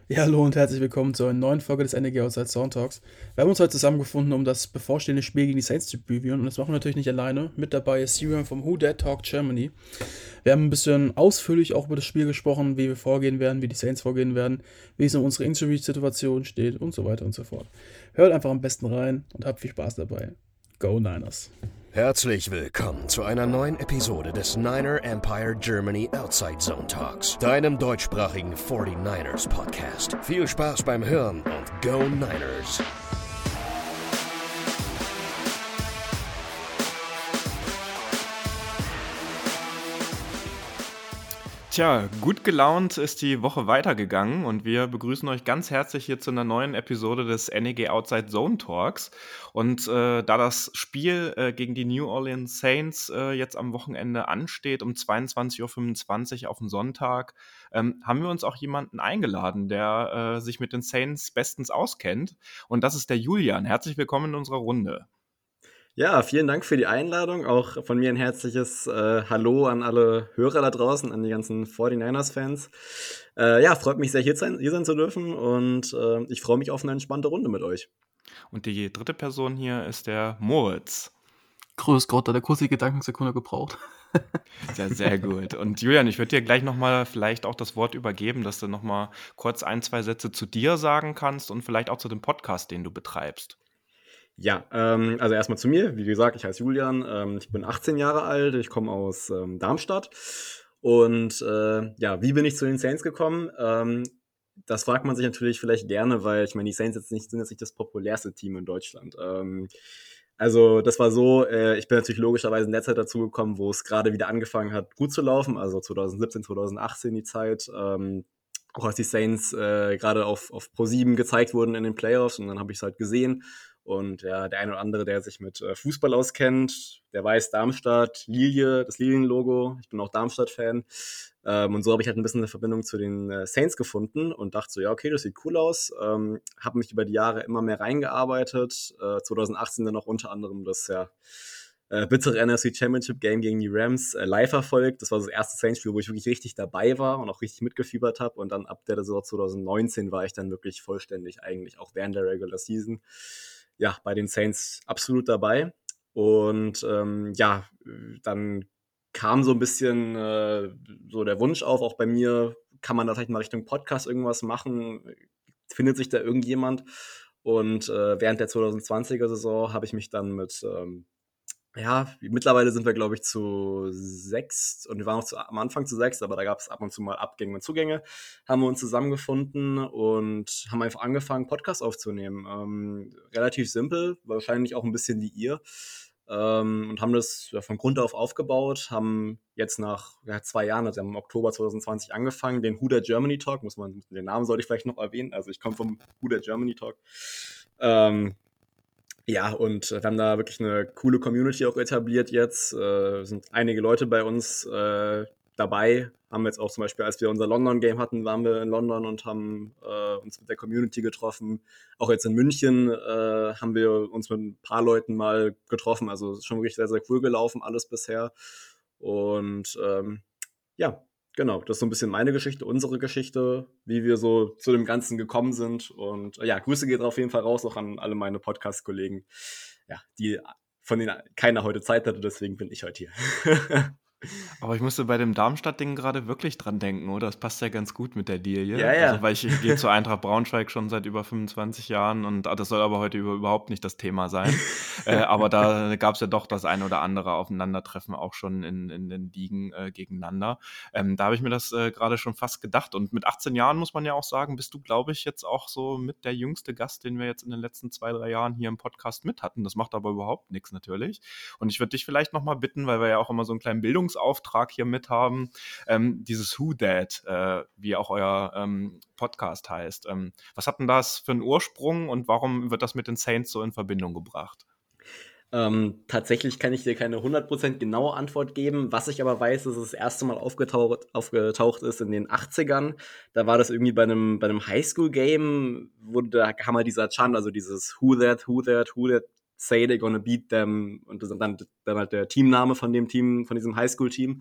Ja, hallo und herzlich willkommen zu einer neuen Folge des NEG Outside Sound Talks. Wir haben uns heute zusammengefunden, um das bevorstehende Spiel gegen die Saints zu previewen und das machen wir natürlich nicht alleine. Mit dabei ist Sirian vom Who Dat Talk Germany. Wir haben ein bisschen ausführlich auch über das Spiel gesprochen, wie wir vorgehen werden, wie die Saints vorgehen werden, wie es um unsere Injury-Situation steht und so weiter und so fort. Hört einfach am besten rein und habt viel Spaß dabei. Go Niners! Herzlich willkommen zu einer neuen Episode des Niner Empire Germany Outside Zone Talks, deinem deutschsprachigen 49ers Podcast. Viel Spaß beim Hören und Go Niners! Tja, gut gelaunt ist die Woche weitergegangen und wir begrüßen euch ganz herzlich hier zu einer neuen Episode des NEG Outside Zone Talks. Und da das Spiel gegen die New Orleans Saints jetzt am Wochenende ansteht, um 22:25 Uhr auf den Sonntag, haben wir uns auch jemanden eingeladen, der sich mit den Saints bestens auskennt. Und das ist der Julian. Herzlich willkommen in unserer Runde. Ja, vielen Dank für die Einladung. Auch von mir ein herzliches Hallo an alle Hörer da draußen, an die ganzen 49ers-Fans. Ja, freut mich sehr, hier sein zu dürfen und ich freue mich auf eine entspannte Runde mit euch. Und die dritte Person hier ist der Moritz. Grüß Gott, hat der kurz die Gedankensekunde gebraucht. Sehr, sehr gut. Und Julian, ich würde dir gleich nochmal vielleicht auch das Wort übergeben, dass du nochmal kurz ein, zwei Sätze zu dir sagen kannst und vielleicht auch zu dem Podcast, den du betreibst. Ja, also erstmal zu mir. Wie gesagt, ich heiße Julian, ich bin 18 Jahre alt, ich komme aus Darmstadt. Und ja, wie bin ich zu den Saints gekommen? Das fragt man sich natürlich vielleicht gerne, weil ich meine, die Saints sind jetzt nicht das populärste Team in Deutschland. Also das war so, ich bin natürlich logischerweise in der Zeit dazugekommen, wo es gerade wieder angefangen hat, gut zu laufen, also 2017, 2018 die Zeit. Auch als die Saints gerade auf Pro7 gezeigt wurden in den Playoffs und dann habe ich es halt gesehen. Und ja, der eine oder andere, der sich mit Fußball auskennt, der weiß Darmstadt, Lilie, das Lilien-Logo. Ich bin auch Darmstadt-Fan. Und so habe ich halt ein bisschen eine Verbindung zu den Saints gefunden und dachte so, ja, okay, das sieht cool aus. Habe mich über die Jahre immer mehr reingearbeitet. 2018 dann auch unter anderem das ja bittere NFC Championship Game gegen die Rams live verfolgt. Das war das erste Saints-Spiel, wo ich wirklich richtig dabei war und auch richtig mitgefiebert habe. Und dann ab der Saison 2019 war ich dann wirklich vollständig eigentlich auch während der Regular Season ja bei den Saints absolut dabei. Und ja, dann kam so ein bisschen so der Wunsch auf, auch bei mir, kann man da vielleicht mal Richtung Podcast irgendwas machen? Findet sich da irgendjemand? Und während der 2020er Saison habe ich mich dann mit ja, mittlerweile sind wir, glaube ich, zu 6 und wir waren auch am Anfang zu 6, aber da gab es ab und zu mal Abgänge und Zugänge. Haben wir uns zusammengefunden und haben einfach angefangen, Podcast aufzunehmen. Relativ simpel, wahrscheinlich auch ein bisschen wie ihr. Und haben das ja, von Grund auf aufgebaut, haben jetzt nach 2 Jahren, also wir haben im Oktober 2020 angefangen, den Who Dat Germany Talk, den Namen sollte ich vielleicht noch erwähnen, also ich komme vom Who Dat Germany Talk. Ja, und wir haben da wirklich eine coole Community auch etabliert jetzt. Sind einige Leute bei uns dabei. Haben jetzt auch zum Beispiel, als wir unser London-Game hatten, waren wir in London und haben uns mit der Community getroffen. Auch jetzt in München haben wir uns mit ein paar Leuten mal getroffen. Also es ist schon wirklich sehr, sehr cool gelaufen, alles bisher. Und ja, genau, das ist so ein bisschen meine Geschichte, unsere Geschichte, wie wir so zu dem Ganzen gekommen sind. Und ja, Grüße geht auf jeden Fall raus auch an alle meine Podcast-Kollegen, ja, die von denen keiner heute Zeit hatte, deswegen bin ich heute hier. Aber ich musste bei dem Darmstadt-Ding gerade wirklich dran denken, oder? Das passt ja ganz gut mit der Ja, Lilie. Also, ja. weil ich gehe zur Eintracht Braunschweig schon seit über 25 Jahren und das soll aber heute überhaupt nicht das Thema sein. Aber da gab es ja doch das ein oder andere Aufeinandertreffen auch schon in den Ligen gegeneinander. Da habe ich mir das gerade schon fast gedacht. Und mit 18 Jahren muss man ja auch sagen, bist du, glaube ich, jetzt auch so mit der jüngste Gast, den wir jetzt in den letzten 2, 3 Jahren hier im Podcast mit hatten. Das macht aber überhaupt nichts natürlich. Und ich würde dich vielleicht nochmal bitten, weil wir ja auch immer so einen kleinen Bildungsauftrag hier mit haben, dieses Who Dat, wie auch euer Podcast heißt. Was hat denn das für einen Ursprung und warum wird das mit den Saints so in Verbindung gebracht? Tatsächlich kann ich dir keine 100% genaue Antwort geben. Was ich aber weiß, ist, dass es das erste Mal aufgetaucht ist in den 80ern. Da war das irgendwie bei einem Highschool-Game, da kam halt dieser Chant, also dieses Who that, say they're gonna beat them und das ist dann halt der Teamname von dem Team, von diesem Highschool-Team.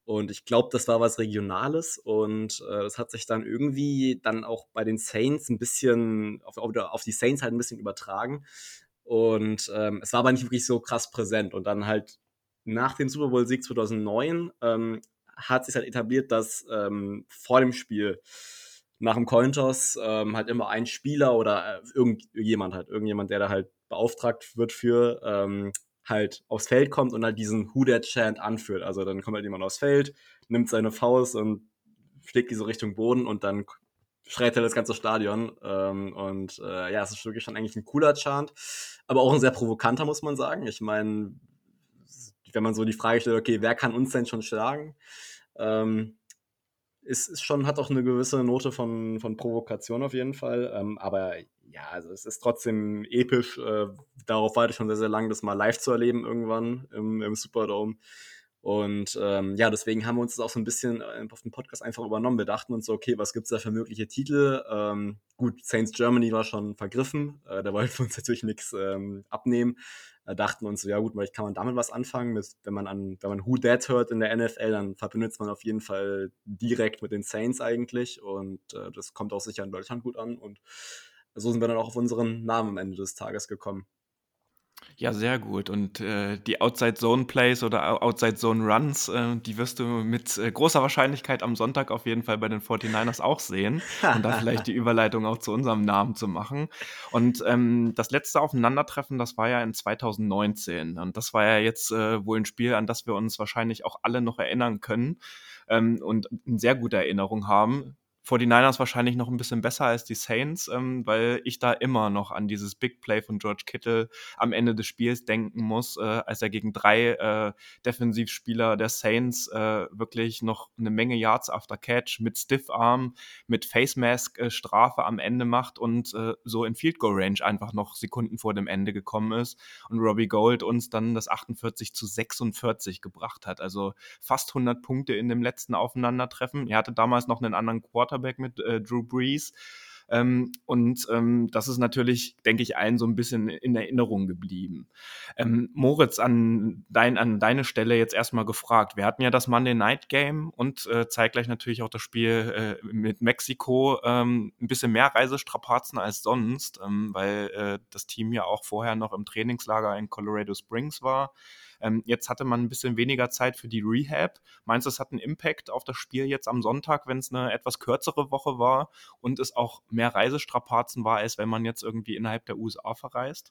Und ich glaube, das war was Regionales und das hat sich dann irgendwie dann auch bei den Saints ein bisschen auf die Saints halt ein bisschen übertragen. Und es war aber nicht wirklich so krass präsent. Und dann halt nach dem Super Bowl-Sieg 2009 hat sich halt etabliert, dass vor dem Spiel nach dem Cointoss halt immer ein Spieler oder irgendjemand, der da halt beauftragt wird für, halt aufs Feld kommt und halt diesen Who Dat Chant anführt. Also dann kommt halt jemand aufs Feld, nimmt seine Faust und schlägt die so Richtung Boden und dann schreit halt das ganze Stadion. Ja, es ist wirklich schon eigentlich ein cooler Chant, aber auch ein sehr provokanter, muss man sagen. Ich meine, wenn man so die Frage stellt, okay, wer kann uns denn schon schlagen? Ist schon, hat auch eine gewisse Note von Provokation auf jeden Fall. Aber ja, also es ist trotzdem episch. Darauf warte ich schon sehr, sehr lange, das mal live zu erleben irgendwann im Superdome. Und ja, deswegen haben wir uns das auch so ein bisschen auf den Podcast einfach übernommen. Wir dachten uns so, okay, was gibt's da für mögliche Titel? Gut, Saints Germany war schon vergriffen. Da wollten wir uns natürlich nichts abnehmen. Dachten uns so, ja gut, vielleicht kann man damit was anfangen. Wenn man Who Dat hört in der NFL, dann verbindet man auf jeden Fall direkt mit den Saints eigentlich. Und das kommt auch sicher in Deutschland gut an. Und so sind wir dann auch auf unseren Namen am Ende des Tages gekommen. Ja, sehr gut. Und die Outside-Zone-Plays oder Outside-Zone-Runs, die wirst du mit großer Wahrscheinlichkeit am Sonntag auf jeden Fall bei den 49ers auch sehen. Und da vielleicht die Überleitung auch zu unserem Namen zu machen. Und das letzte Aufeinandertreffen, das war ja in 2019. Und das war ja jetzt wohl ein Spiel, an das wir uns wahrscheinlich auch alle noch erinnern können und eine sehr gute Erinnerung haben. 49ers wahrscheinlich noch ein bisschen besser als die Saints, weil ich da immer noch an dieses Big Play von George Kittle am Ende des Spiels denken muss, als er gegen 3 Defensivspieler der Saints wirklich noch eine Menge Yards after Catch mit Stiffarm, mit Face Mask Strafe am Ende macht und so in Field Goal Range einfach noch Sekunden vor dem Ende gekommen ist und Robbie Gould uns dann das 48-46 gebracht hat. Also fast 100 Punkte in dem letzten Aufeinandertreffen. Er hatte damals noch einen anderen Quarterback mit Drew Brees. Das ist natürlich, denke ich, allen so ein bisschen in Erinnerung geblieben. Moritz, an deine Stelle jetzt erstmal gefragt. Wir hatten ja das Monday Night Game und zeitgleich natürlich auch das Spiel mit Mexiko. Ein bisschen mehr Reisestrapazen als sonst, weil das Team ja auch vorher noch im Trainingslager in Colorado Springs war. Jetzt hatte man ein bisschen weniger Zeit für die Rehab. Meinst du, es hat einen Impact auf das Spiel jetzt am Sonntag, wenn es eine etwas kürzere Woche war und es auch mehr Reisestrapazen war, als wenn man jetzt irgendwie innerhalb der USA verreist?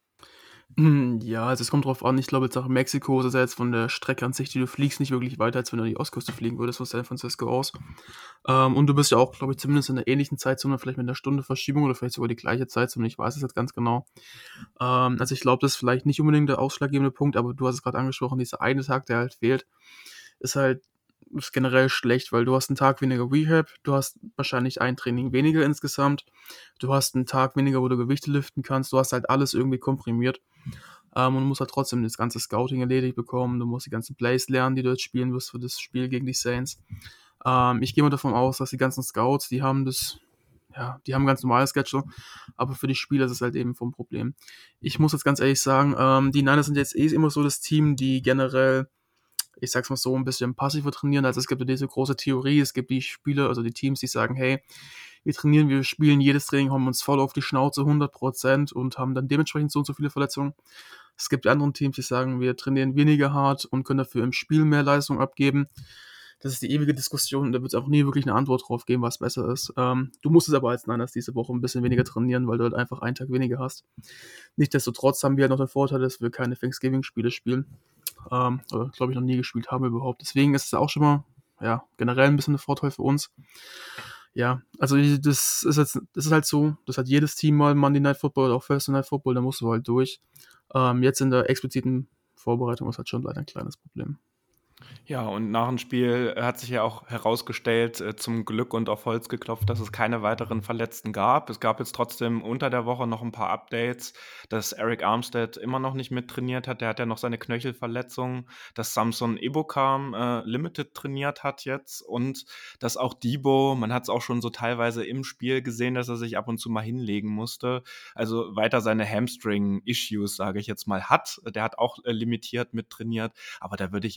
Ja, also es kommt drauf an. Ich glaube, jetzt nach Mexiko ist es ja jetzt von der Strecke an sich, die du fliegst, nicht wirklich weiter, als wenn du an die Ostküste fliegen würdest von San Francisco aus. Und du bist ja auch, glaube ich, zumindest in der ähnlichen Zeitzone, vielleicht mit einer Stunde Verschiebung oder vielleicht sogar die gleiche Zeitzone. Ich weiß es jetzt ganz genau. Also ich glaube, das ist vielleicht nicht unbedingt der ausschlaggebende Punkt, aber du hast es gerade angesprochen, dieser eine Tag, der halt fehlt, ist generell schlecht, weil du hast einen Tag weniger Rehab, du hast wahrscheinlich ein Training weniger insgesamt, du hast einen Tag weniger, wo du Gewichte liften kannst, du hast halt alles irgendwie komprimiert. Und du musst halt trotzdem das ganze Scouting erledigt bekommen, du musst die ganzen Plays lernen, die du jetzt spielen wirst für das Spiel gegen die Saints. Ich gehe mal davon aus, dass die ganzen Scouts, die haben ein ganz normales Schedule, aber für die Spieler ist es halt eben vom Problem. Ich muss jetzt ganz ehrlich sagen, die Niners sind jetzt immer so das Team, die generell, ich sag's mal so, ein bisschen passiver trainieren. Also es gibt ja diese große Theorie, es gibt die Spieler, also die Teams, die sagen, hey, wir trainieren, wir spielen jedes Training, hauen uns voll auf die Schnauze, 100% und haben dann dementsprechend so und so viele Verletzungen. Es gibt die anderen Teams, die sagen, wir trainieren weniger hart und können dafür im Spiel mehr Leistung abgeben. Das ist die ewige Diskussion und da wird es auch nie wirklich eine Antwort drauf geben, was besser ist. Du musst es aber als Niners diese Woche ein bisschen weniger trainieren, weil du halt einfach einen Tag weniger hast. Nichtsdestotrotz haben wir halt noch den Vorteil, dass wir keine Thanksgiving-Spiele spielen. Oder glaube ich noch nie gespielt haben überhaupt. Deswegen ist es auch schon mal generell ein bisschen ein Vorteil für uns. Ja, also das ist halt so, das hat jedes Team mal Monday Night Football oder auch Thursday Night Football, da musst du halt durch. Jetzt in der expliziten Vorbereitung ist halt schon leider ein kleines Problem. Ja, und nach dem Spiel hat sich ja auch herausgestellt, zum Glück und auf Holz geklopft, dass es keine weiteren Verletzten gab. Es gab jetzt trotzdem unter der Woche noch ein paar Updates, dass Eric Armstead immer noch nicht mittrainiert hat. Der hat ja noch seine Knöchelverletzung, dass Samson Ebukam Limited trainiert hat jetzt und dass auch Debo, man hat es auch schon so teilweise im Spiel gesehen, dass er sich ab und zu mal hinlegen musste. Also weiter seine Hamstring-Issues, sage ich jetzt mal, hat. Der hat auch limitiert mittrainiert, aber da würde ich jetzt mal sagen,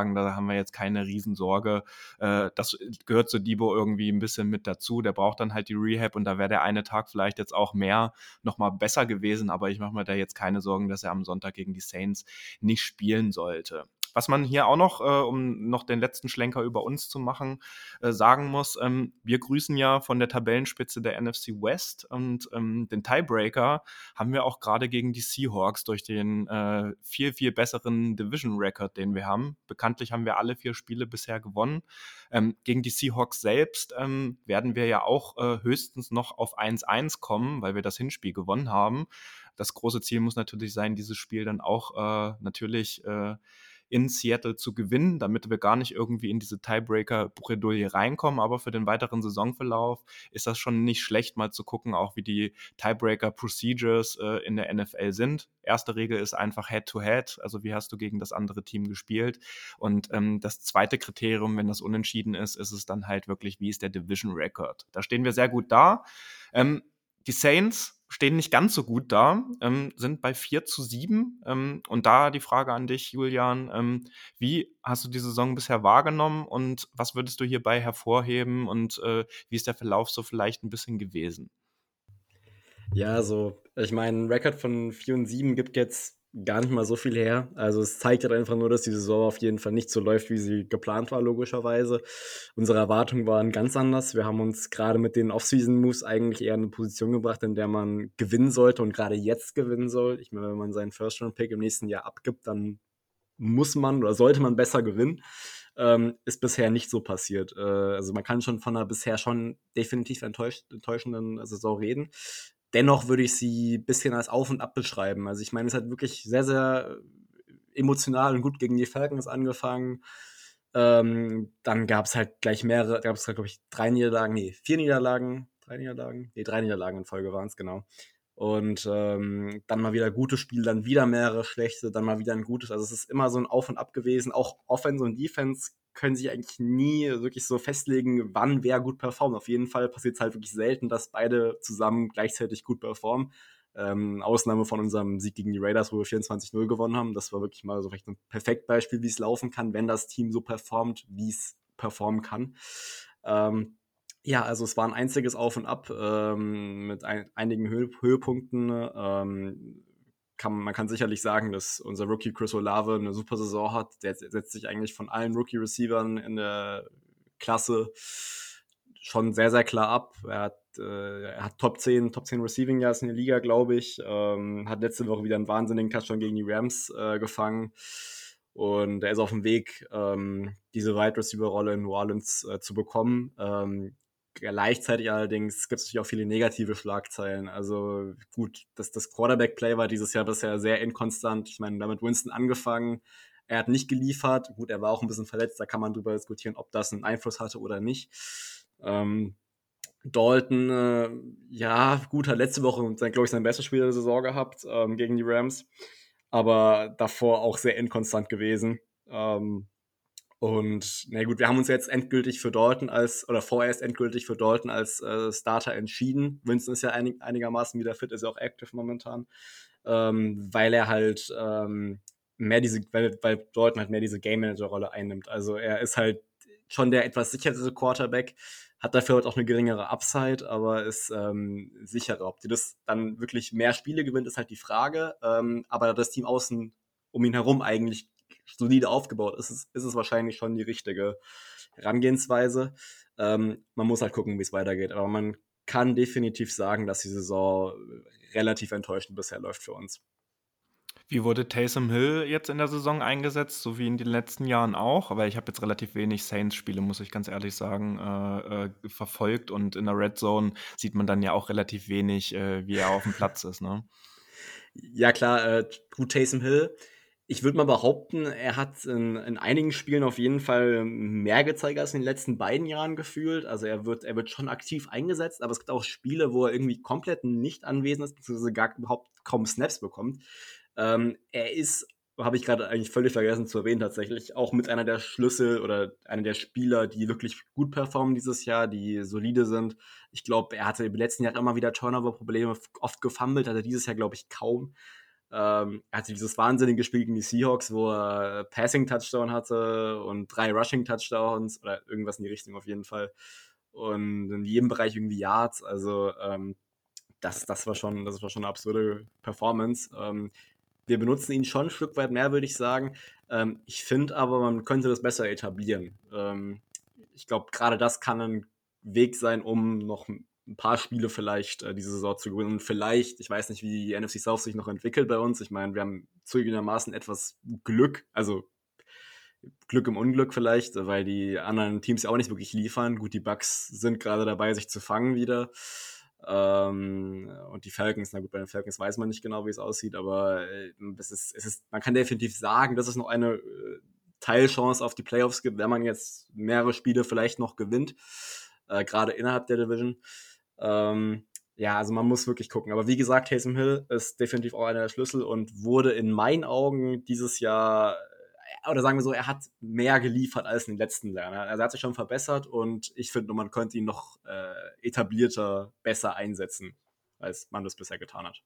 sagen, da haben wir jetzt keine Riesensorge. Das gehört zu Debo irgendwie ein bisschen mit dazu. Der braucht dann halt die Rehab und da wäre der eine Tag vielleicht jetzt auch mehr nochmal besser gewesen, aber ich mache mir da jetzt keine Sorgen, dass er am Sonntag gegen die Saints nicht spielen sollte. Was man hier auch noch, um noch den letzten Schlenker über uns zu machen, sagen muss, wir grüßen ja von der Tabellenspitze der NFC West und den Tiebreaker haben wir auch gerade gegen die Seahawks durch den viel, viel besseren Division-Record, den wir haben. Bekanntlich haben wir alle 4 Spiele bisher gewonnen. Gegen die Seahawks selbst werden wir ja auch höchstens noch auf 1-1 kommen, weil wir das Hinspiel gewonnen haben. Das große Ziel muss natürlich sein, dieses Spiel dann auch natürlich in Seattle zu gewinnen, damit wir gar nicht irgendwie in diese Tiebreaker-Bredouille reinkommen. Aber für den weiteren Saisonverlauf ist das schon nicht schlecht, mal zu gucken, auch wie die Tiebreaker-Procedures in der NFL sind. Erste Regel ist einfach Head-to-Head, also wie hast du gegen das andere Team gespielt. Und das zweite Kriterium, wenn das unentschieden ist, ist es dann halt wirklich, wie ist der Division-Record. Da stehen wir sehr gut da. Die Saints stehen nicht ganz so gut da, sind bei 4-7. Und da die Frage an dich, Julian, wie hast du die Saison bisher wahrgenommen und was würdest du hierbei hervorheben und wie ist der Verlauf so vielleicht ein bisschen gewesen? Ja, so, ich meine, ein Rekord von 4-7 gibt jetzt gar nicht mal so viel her. Also es zeigt halt einfach nur, dass die Saison auf jeden Fall nicht so läuft, wie sie geplant war, logischerweise. Unsere Erwartungen waren ganz anders. Wir haben uns gerade mit den Off-Season-Moves eigentlich eher in eine Position gebracht, in der man gewinnen sollte und gerade jetzt gewinnen soll. Ich meine, wenn man seinen First-Round-Pick im nächsten Jahr abgibt, dann muss man oder sollte man besser gewinnen. Ist bisher nicht so passiert. Also man kann schon von einer bisher schon definitiv enttäuschenden Saison reden. Dennoch würde ich sie ein bisschen als Auf und Ab beschreiben. Also ich meine, es hat wirklich sehr, sehr emotional und gut gegen die Falcons angefangen. Dann gab es halt gleich mehrere, gab es, glaube ich, 3 Niederlagen, nee, 4 Niederlagen, 3 Niederlagen, nee, 3 Niederlagen in Folge waren es, genau. Und dann mal wieder gutes Spiel, dann wieder mehrere schlechte, dann mal wieder ein gutes. Also es ist immer so ein Auf und Ab gewesen. Auch Offense und Defense können sich eigentlich nie wirklich so festlegen, wann wer gut performt. Auf jeden Fall passiert es halt wirklich selten, dass beide zusammen gleichzeitig gut performen. Ausnahme von unserem Sieg gegen die Raiders, wo wir 24-0 gewonnen haben. Das war wirklich mal so vielleicht ein Perfektbeispiel, wie es laufen kann, wenn das Team so performt, wie es performen kann. Ja, also es war ein einziges Auf und Ab mit einigen Höhepunkten. Man kann sicherlich sagen, dass unser Rookie Chris Olave eine super Saison hat. Der setzt sich eigentlich von allen Rookie-Receivern in der Klasse schon sehr, sehr klar ab. Er hat Top 10 Receiving Yards in der Liga, glaube ich. Hat letzte Woche wieder einen wahnsinnigen Touchdown gegen die Rams gefangen. Und er ist auf dem Weg, diese Wide Receiver-Rolle in New Orleans zu bekommen. Gleichzeitig allerdings gibt es natürlich auch viele negative Schlagzeilen. Also gut, das Quarterback-Play war dieses Jahr bisher sehr inkonstant. Ich meine, damit Winston angefangen. Er hat nicht geliefert. Gut, er war auch ein bisschen verletzt. Da kann man drüber diskutieren, ob das einen Einfluss hatte oder nicht. Dalton, ja, gut, hat letzte Woche, glaube ich, sein bestes Spiel der Saison gehabt gegen die Rams. Aber davor auch sehr inkonstant gewesen. Und na gut, wir haben uns jetzt endgültig für Dalton vorerst endgültig für Dalton als Starter entschieden. Winston ist ja einigermaßen wieder fit, ist ja auch active momentan, weil er halt weil Dalton halt mehr diese Game Manager Rolle einnimmt. Also er ist halt schon der etwas sicherere Quarterback, hat dafür halt auch eine geringere Upside, aber ist sicherer. Ob die das dann wirklich mehr Spiele gewinnt, ist halt die Frage. Aber da das Team außen um ihn herum eigentlich solide aufgebaut ist es wahrscheinlich schon die richtige Herangehensweise. Man muss halt gucken, wie es weitergeht. Aber man kann definitiv sagen, dass die Saison relativ enttäuschend bisher läuft für uns. Wie wurde Taysom Hill jetzt in der Saison eingesetzt, so wie in den letzten Jahren auch? Aber ich habe jetzt relativ wenig Saints-Spiele, muss ich ganz ehrlich sagen, verfolgt. Und in der Red Zone sieht man dann ja auch relativ wenig, wie er auf dem Platz ist, ne? Ja klar, gut, Taysom Hill. Ich würde mal behaupten, er hat in einigen Spielen auf jeden Fall mehr gezeigt als in den letzten beiden Jahren gefühlt. Also er wird schon aktiv eingesetzt, aber es gibt auch Spiele, wo er irgendwie komplett nicht anwesend ist, beziehungsweise gar überhaupt kaum Snaps bekommt. Er ist, habe ich gerade eigentlich völlig vergessen zu erwähnen, tatsächlich auch mit einer der Schlüssel oder einer der Spieler, die wirklich gut performen dieses Jahr, die solide sind. Ich glaube, er hatte im letzten Jahr immer wieder Turnover-Probleme, oft gefummelt, hatte dieses Jahr, glaube ich, kaum. Er hatte dieses wahnsinnige Spiel gegen die Seahawks, wo er Passing-Touchdown hatte und 3 Rushing-Touchdowns oder irgendwas in die Richtung auf jeden Fall. Und in jedem Bereich irgendwie Yards. Also das war schon eine absurde Performance. Wir benutzen ihn schon ein Stück weit mehr, würde ich sagen. Ich finde aber, man könnte das besser etablieren. Ich glaube, gerade das kann ein Weg sein, um noch ein paar Spiele vielleicht diese Saison zu gewinnen. Und vielleicht, ich weiß nicht, wie die NFC South sich noch entwickelt bei uns. Ich meine, wir haben zugegebenermaßen etwas Glück, also Glück im Unglück vielleicht, weil die anderen Teams ja auch nicht wirklich liefern. Gut, die Bucks sind gerade dabei, sich zu fangen wieder. Und die Falcons, na gut, bei den Falcons weiß man nicht genau, wie es aussieht, aber man kann definitiv sagen, dass es noch eine Teilchance auf die Playoffs gibt, wenn man jetzt mehrere Spiele vielleicht noch gewinnt, gerade innerhalb der Division. Ja, also man muss wirklich gucken. Aber wie gesagt, Taysom Hill ist definitiv auch einer der Schlüssel und wurde in meinen Augen dieses Jahr, oder sagen wir so, er hat mehr geliefert als in den letzten Jahren. Also er hat sich schon verbessert und ich finde, man könnte ihn noch etablierter besser einsetzen, als man das bisher getan hat.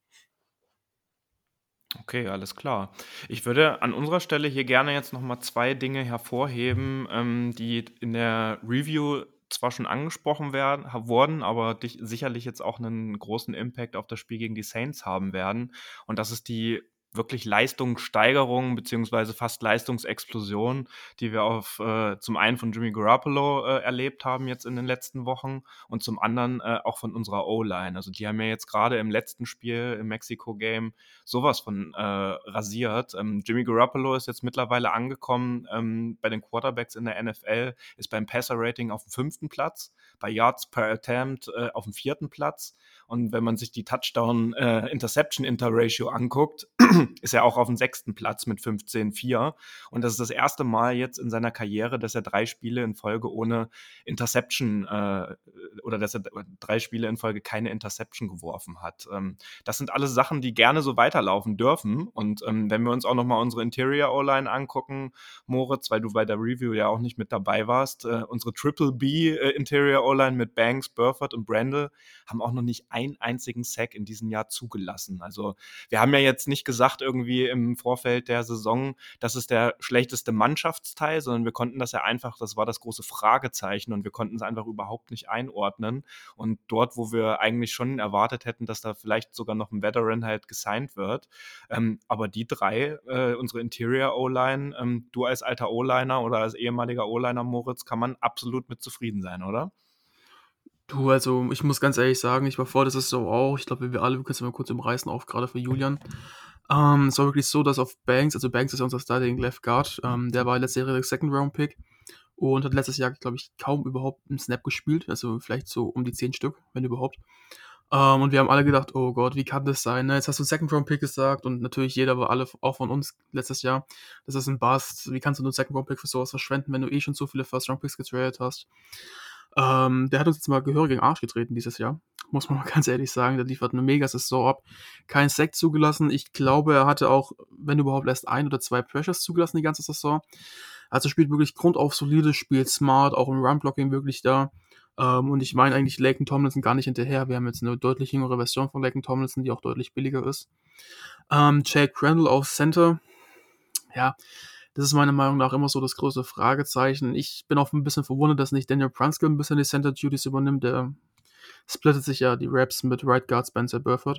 Okay, alles klar. Ich würde an unserer Stelle hier gerne jetzt nochmal 2 Dinge hervorheben, die in der Review zwar schon angesprochen wurden, aber sicherlich jetzt auch einen großen Impact auf das Spiel gegen die Saints haben werden. Und das ist die wirklich Leistungssteigerung beziehungsweise fast Leistungsexplosion, die wir zum einen von Jimmy Garoppolo erlebt haben jetzt in den letzten Wochen und zum anderen auch von unserer O-Line. Also die haben ja jetzt gerade im letzten Spiel im Mexiko-Game sowas von rasiert. Jimmy Garoppolo ist jetzt mittlerweile angekommen bei den Quarterbacks in der NFL, ist beim Passer-Rating auf dem 5. Platz, bei Yards per Attempt auf dem 4. Platz. Und wenn man sich die Touchdown-Interception-Inter-Ratio anguckt, ist er auch auf dem 6. Platz mit 15,4. Und das ist das erste Mal jetzt in seiner Karriere, dass er 3 Spiele in Folge ohne Interception oder dass er 3 Spiele in Folge keine Interception geworfen hat. Das sind alles Sachen, die gerne so weiterlaufen dürfen. Und wenn wir uns auch nochmal unsere Interior O-Line angucken, Moritz, weil du bei der Review ja auch nicht mit dabei warst, unsere Triple B Interior O-Line mit Banks, Burford und Brandel haben auch noch nicht einen einzigen Sack in diesem Jahr zugelassen. Also wir haben ja jetzt nicht gesagt irgendwie im Vorfeld der Saison, das ist der schlechteste Mannschaftsteil, sondern wir konnten das ja einfach, das war das große Fragezeichen und wir konnten es einfach überhaupt nicht einordnen. Und dort, wo wir eigentlich schon erwartet hätten, dass da vielleicht sogar noch ein Veteran halt gesigned wird, aber die 3, unsere Interior O-Line, du als alter O-Liner oder als ehemaliger O-Liner, Moritz, kann man absolut mit zufrieden sein, oder? Du, also ich muss ganz ehrlich sagen, ich war vor der Saison auch, ich glaube, wir können es mal kurz umreißen, auch gerade für Julian. Es war wirklich so, dass auf Banks, also Banks ist ja unser Starting Left Guard, der war letztes Jahr der Second-Round-Pick und hat letztes Jahr, glaube ich, kaum überhaupt einen Snap gespielt, also vielleicht so um die 10 Stück, wenn überhaupt. Und wir haben alle gedacht, oh Gott, wie kann das sein? Ne? Jetzt hast du Second-Round-Pick gesagt und natürlich jeder war alle, auch von uns letztes Jahr, das ist ein Bust. Wie kannst du nur einen Second-Round-Pick für sowas verschwenden, wenn du eh schon so viele First-Round-Picks getradet hast? Der hat uns jetzt mal gehörig in den Arsch getreten dieses Jahr, muss man mal ganz ehrlich sagen. Der liefert eine Mega-Saison ab. Kein Sack zugelassen. Ich glaube, er hatte auch, wenn überhaupt, erst 1 oder 2 Pressures zugelassen die ganze Saison. Also spielt wirklich grundauf solide, spielt smart, auch im Run-Blocking wirklich da. Und ich meine eigentlich Laken Tomlinson gar nicht hinterher. Wir haben jetzt eine deutlich jüngere Version von Laken Tomlinson, die auch deutlich billiger ist. Jake Crandall auf Center. Ja, das ist meiner Meinung nach immer so das größte Fragezeichen. Ich bin auch ein bisschen verwundert, dass nicht Daniel Brunskill ein bisschen die Center-Duties übernimmt. Der splittet sich ja die Raps mit Right Guard Spencer Burford.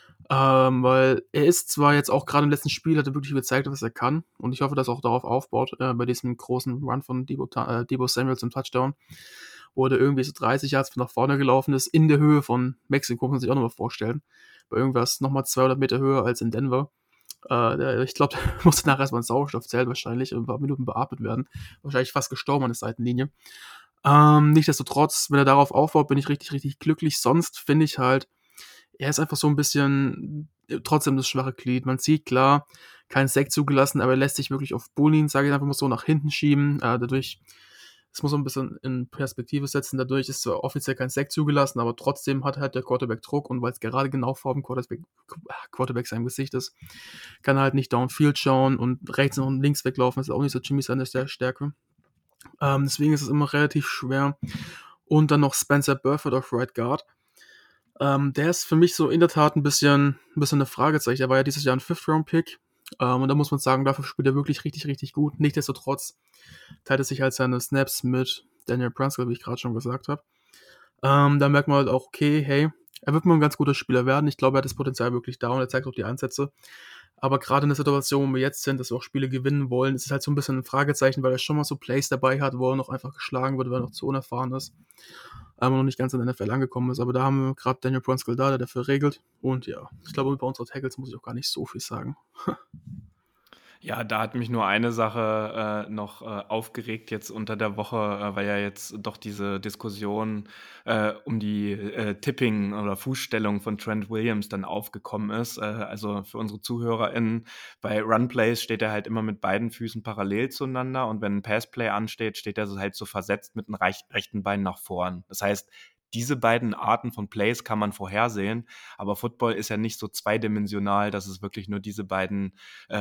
Weil er ist zwar jetzt auch gerade im letzten Spiel, hat er wirklich gezeigt, was er kann. Und ich hoffe, dass er auch darauf aufbaut, bei diesem großen Run von Deebo Samuel zum Touchdown, wo er irgendwie so 30 Yards nach vorne gelaufen ist, in der Höhe von Mexiko, muss man sich auch nochmal vorstellen. Bei irgendwas nochmal 200 Meter höher als in Denver. Ich glaube, der musste nachher erstmal ein Sauerstoffzelt wahrscheinlich ein paar Minuten beatmet werden. Wahrscheinlich fast gestorben an der Seitenlinie. Nichtsdestotrotz, wenn er darauf aufbaut, bin ich richtig, richtig glücklich. Sonst finde ich halt, er ist einfach so ein bisschen trotzdem das schwache Glied. Man sieht klar, kein Sack zugelassen, aber er lässt sich wirklich auf Bullying, sage ich einfach mal so, nach hinten schieben. Dadurch, das muss man ein bisschen in Perspektive setzen, dadurch ist zwar offiziell kein Sack zugelassen, aber trotzdem hat halt der Quarterback Druck und weil es gerade genau vor dem Quarterback seinem Gesicht ist, kann er halt nicht downfield schauen und rechts und links weglaufen, das ist auch nicht so Jimmy seine Stärke. Deswegen ist es immer relativ schwer. Und dann noch Spencer Burford auf Right Guard. Der ist für mich so in der Tat ein bisschen eine Fragezeichen. Er war ja dieses Jahr ein Fifth-Round-Pick. Und da muss man sagen, dafür spielt er wirklich richtig, richtig gut. Nichtsdestotrotz teilt er sich halt seine Snaps mit Daniel Brunskill, wie ich gerade schon gesagt habe. Da merkt man halt auch, okay, hey, er wird mal ein ganz guter Spieler werden. Ich glaube, er hat das Potenzial wirklich da und er zeigt auch die Ansätze. Aber gerade in der Situation, wo wir jetzt sind, dass wir auch Spiele gewinnen wollen, ist es halt so ein bisschen ein Fragezeichen, weil er schon mal so Plays dabei hat, wo er noch einfach geschlagen wird, weil er noch zu unerfahren ist. Und noch nicht ganz in der NFL angekommen ist. Aber da haben wir gerade Daniel Brunskill da, der dafür regelt. Und ja, ich glaube, über unsere Tackles muss ich auch gar nicht so viel sagen. Ja, da hat mich nur eine Sache noch aufgeregt jetzt unter der Woche, weil ja jetzt doch diese Diskussion um die Tipping oder Fußstellung von Trent Williams dann aufgekommen ist. Also für unsere ZuhörerInnen, bei Runplays steht er halt immer mit beiden Füßen parallel zueinander und wenn ein Passplay ansteht, steht er so halt so versetzt mit dem rechten Bein nach vorn. Das heißt, diese beiden Arten von Plays kann man vorhersehen, aber Football ist ja nicht so zweidimensional, dass es wirklich nur diese beiden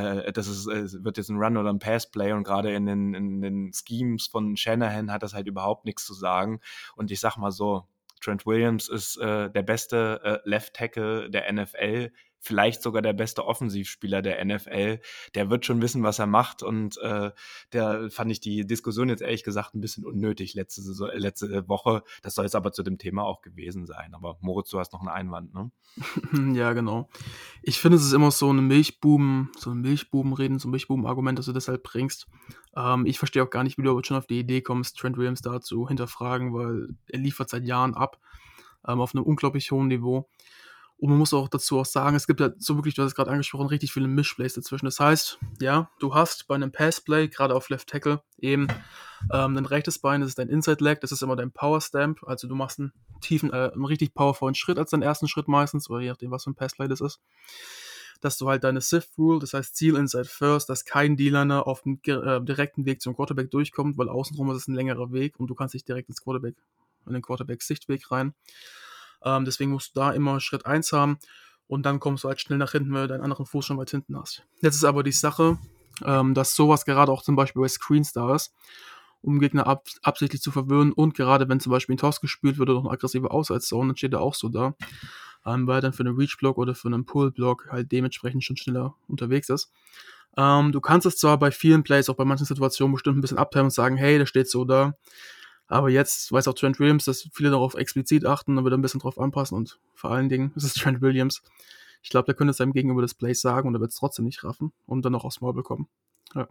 wird jetzt ein Run oder ein Passplay und gerade in den Schemes von Shanahan hat das halt überhaupt nichts zu sagen. Und ich sag mal so, Trent Williams ist der beste Left Tackle der NFL, vielleicht sogar der beste Offensivspieler der NFL. Der wird schon wissen, was er macht und der fand ich die Diskussion jetzt ehrlich gesagt ein bisschen unnötig letzte Woche. Das soll es aber zu dem Thema auch gewesen sein. Aber Moritz, du hast noch einen Einwand, ne? Ja, genau. Ich finde, es ist immer so ein Milchbubenreden, so ein Milchbuben-Argument, das du deshalb bringst. Ich verstehe auch gar nicht, wie du aber schon auf die Idee kommst, Trent Williams da zu hinterfragen, weil er liefert seit Jahren ab, auf einem unglaublich hohen Niveau. Und man muss auch dazu auch sagen, es gibt ja so wirklich, du hast es gerade angesprochen, richtig viele Mischplays dazwischen. Das heißt, ja, du hast bei einem Passplay, gerade auf Left Tackle, eben dein rechtes Bein, das ist dein Inside Leg, das ist immer dein Power Stamp. Also du machst einen richtig powervollen Schritt als deinen ersten Schritt meistens, oder je nachdem, was für ein Passplay das ist. Dass du halt deine Sift Rule, das heißt Ziel Inside First, dass kein D-Liner auf dem direkten Weg zum Quarterback durchkommt, weil außenrum ist es ein längerer Weg und du kannst nicht direkt in den Quarterback-Sichtweg rein. Deswegen musst du da immer Schritt 1 haben und dann kommst du halt schnell nach hinten, weil du deinen anderen Fuß schon weit hinten hast. Jetzt ist aber die Sache, dass sowas gerade auch zum Beispiel bei Screens da ist, um Gegner absichtlich zu verwirren und gerade wenn zum Beispiel ein Toss gespielt wird oder noch eine aggressive Outside-Zone, dann steht er auch so da, weil er dann für einen Reach-Block oder für einen Pull-Block halt dementsprechend schon schneller unterwegs ist. Du kannst es zwar bei vielen Plays, auch bei manchen Situationen bestimmt ein bisschen abteilen und sagen, hey, der steht so da, aber jetzt weiß auch Trent Williams, dass viele darauf explizit achten und wird ein bisschen drauf anpassen und vor allen Dingen ist es Trent Williams. Ich glaube, der könnte es seinem Gegenüber das Play sagen und er wird es trotzdem nicht raffen und dann noch aufs Maul bekommen. Ja.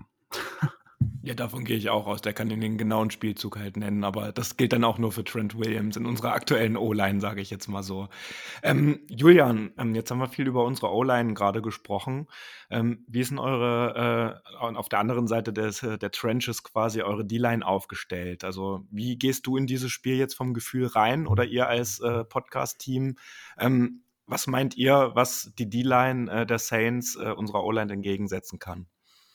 Ja, davon gehe ich auch aus. Der kann den genauen Spielzug halt nennen, aber das gilt dann auch nur für Trent Williams in unserer aktuellen O-Line, sage ich jetzt mal so. Julian, jetzt haben wir viel über unsere O-Line gerade gesprochen. Wie ist denn auf der anderen Seite der Trenches quasi eure D-Line aufgestellt? Also wie gehst du in dieses Spiel jetzt vom Gefühl rein oder ihr als Podcast-Team? Was meint ihr, was die D-Line der Saints unserer O-Line entgegensetzen kann?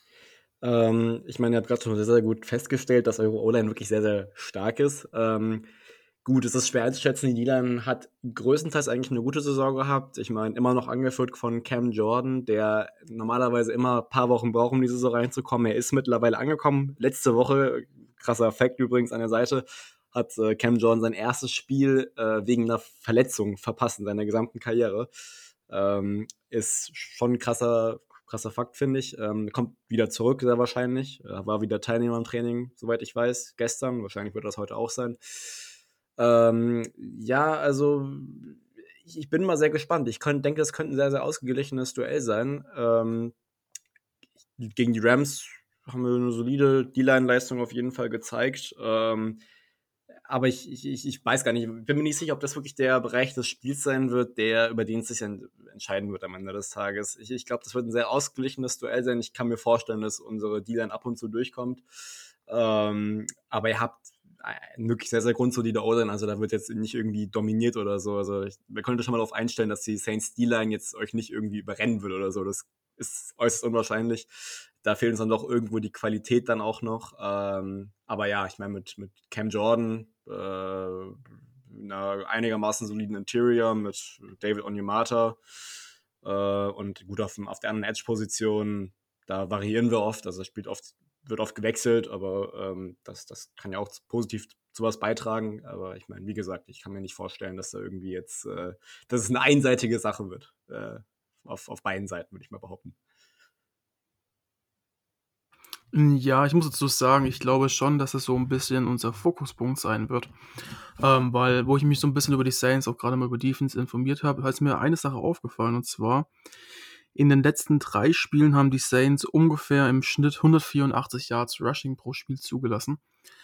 Ich meine, ihr habt gerade schon sehr, sehr gut festgestellt, dass eure O-Line wirklich sehr, sehr stark ist. Gut, es ist schwer einzuschätzen. Die D-Line hat größtenteils eigentlich eine gute Saison gehabt. Ich meine, immer noch angeführt von Cam Jordan, der normalerweise immer ein paar Wochen braucht, um in die Saison reinzukommen. Er ist mittlerweile angekommen. Letzte Woche, krasser Fact übrigens an der Seite, hat Cam Jordan sein erstes Spiel wegen einer Verletzung verpasst in seiner gesamten Karriere. Ist schon ein krasser Fakt, finde ich. Kommt wieder zurück, sehr wahrscheinlich. War wieder Teilnehmer im Training, soweit ich weiß, gestern. Wahrscheinlich wird das heute auch sein. Ja, also ich bin mal sehr gespannt. Ich denke, das könnte ein sehr, sehr ausgeglichenes Duell sein. Gegen die Rams haben wir eine solide D-Line-Leistung auf jeden Fall gezeigt. Aber ich weiß gar nicht, bin mir nicht sicher, ob das wirklich der Bereich des Spiels sein wird, über den es sich entscheiden wird am Ende des Tages. Ich glaube, das wird ein sehr ausgeglichenes Duell sein. Ich kann mir vorstellen, dass unsere D-Line ab und zu durchkommt. Aber ihr habt wirklich sehr, sehr grundsolide O-Line, also da wird jetzt nicht irgendwie dominiert oder so. Also wir können schon mal darauf einstellen, dass die Saints D-Line jetzt euch nicht irgendwie überrennen will oder so. Das ist äußerst unwahrscheinlich. Da fehlt uns dann doch irgendwo die Qualität dann auch noch. Aber ja, ich meine, mit Cam Jordan, einer einigermaßen soliden Interior, mit David Onyemata und gut auf der anderen Edge-Position, da variieren wir oft. Also wird oft gewechselt, aber das kann ja auch positiv zu was beitragen. Aber ich meine, wie gesagt, ich kann mir nicht vorstellen, dass da irgendwie jetzt, dass es eine einseitige Sache wird. Auf beiden Seiten, würde ich mal behaupten. Ja, ich muss dazu sagen, ich glaube schon, dass es so ein bisschen unser Fokuspunkt sein wird. Weil, wo ich mich so ein bisschen über die Saints, auch gerade mal über Defense informiert habe, ist mir eine Sache aufgefallen. Und zwar, in den letzten 3 Spielen haben die Saints ungefähr im Schnitt 184 Yards Rushing pro Spiel zugelassen.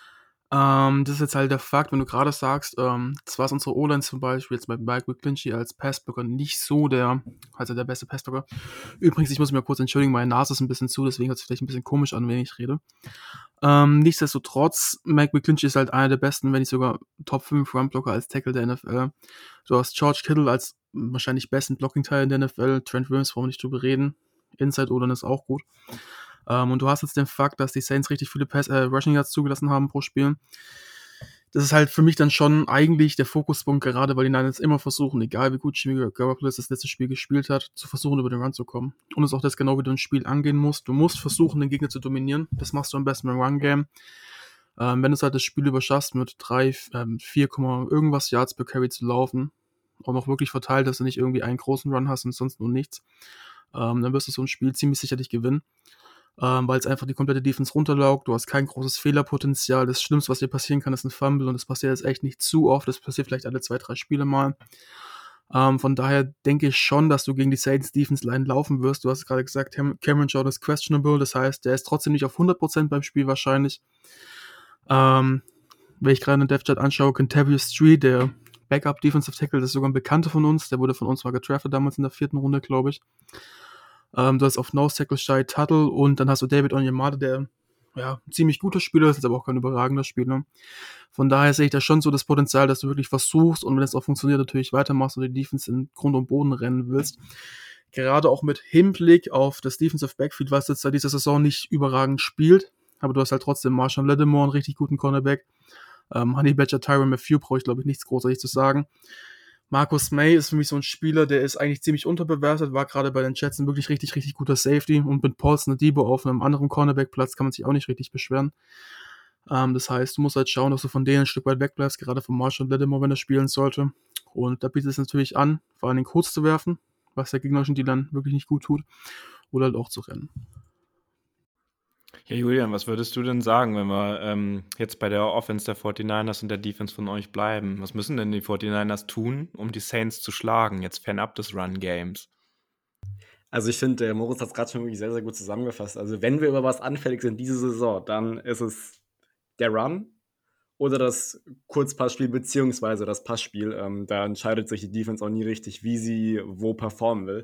Das ist jetzt halt der Fakt, wenn du gerade sagst, zwar ist unsere O-Line zum Beispiel jetzt bei Mike McGlinchey als Passblocker nicht so der beste Passblocker. Übrigens, ich muss mich mal kurz entschuldigen, meine Nase ist ein bisschen zu, deswegen hört es sich vielleicht ein bisschen komisch an, wenn ich rede. Nichtsdestotrotz, Mike McGlinchey ist halt einer der besten, wenn nicht sogar Top 5 Runblocker als Tackle der NFL. Du hast George Kittle als wahrscheinlich besten Blocking-Teil in der NFL, Trent Williams, brauchen wir nicht drüber reden. Inside O-Line ist auch gut. Und du hast jetzt den Fakt, dass die Saints richtig viele Rushing Yards zugelassen haben pro Spiel. Das ist halt für mich dann schon eigentlich der Fokuspunkt, gerade weil die Niners immer versuchen, egal wie gut Jimmy Garoppolo das letzte Spiel gespielt hat, zu versuchen, über den Run zu kommen. Und es ist auch das genau, wie du ein Spiel angehen musst. Du musst versuchen, den Gegner zu dominieren. Das machst du am besten im Run-Game. Wenn du es halt das Spiel überschaffst, mit 4, irgendwas Yards per Carry zu laufen, auch noch wirklich verteilt, dass du nicht irgendwie einen großen Run hast und sonst nur nichts, dann wirst du so ein Spiel ziemlich sicherlich gewinnen. Weil es einfach die komplette Defense runterlaugt. Du hast kein großes Fehlerpotenzial. Das Schlimmste, was dir passieren kann, ist ein Fumble und das passiert jetzt echt nicht zu oft. Das passiert vielleicht alle 2, 3 Spiele mal. Von daher denke ich schon, dass du gegen die Saints Defense Line laufen wirst. Du hast gerade gesagt, Cameron Jordan ist questionable. Das heißt, der ist trotzdem nicht auf 100% beim Spiel wahrscheinlich. Wenn ich gerade einen Dev-Chat anschaue, Kentavious Street, der Backup Defensive Tackle, das ist sogar ein Bekannter von uns. Der wurde von uns mal gedraftet damals in der 4. Runde, glaube ich. Du hast auf Nose Tackle Shai Tuttle und dann hast du David Onyemata, der ein ziemlich guter Spieler ist, aber auch kein überragender Spieler. Von daher sehe ich da schon so das Potenzial, dass du wirklich versuchst und wenn es auch funktioniert, natürlich weitermachst und die Defense in Grund und Boden rennen willst. Gerade auch mit Hinblick auf das Defensive Backfield, was jetzt seit dieser Saison nicht überragend spielt, aber du hast halt trotzdem Marshawn Lattimore, einen richtig guten Cornerback. Honey Badger, Tyrann Mathieu brauche ich, glaube ich, nichts großartig zu sagen. Marcus May ist für mich so ein Spieler, der ist eigentlich ziemlich unterbewertet, war gerade bei den Jets ein wirklich richtig, richtig guter Safety und mit Paulson Adebo auf einem anderen Cornerback-Platz kann man sich auch nicht richtig beschweren. Das heißt, du musst halt schauen, dass du von denen ein Stück weit wegbleibst, gerade von Marshall Lattimore, wenn er spielen sollte. Und da bietet es natürlich an, vor allen Dingen kurz zu werfen, was der gegnerischen D-Line wirklich nicht gut tut, oder halt auch zu rennen. Ja, Julian, was würdest du denn sagen, wenn wir jetzt bei der Offense der 49ers und der Defense von euch bleiben? Was müssen denn die 49ers tun, um die Saints zu schlagen, jetzt fernab des Run-Games? Also ich finde, der Moritz hat es gerade schon wirklich sehr, sehr gut zusammengefasst. Also wenn wir über was anfällig sind diese Saison, dann ist es der Run oder das Kurzpassspiel beziehungsweise das Passspiel. Da entscheidet sich die Defense auch nie richtig, wie sie wo performen will.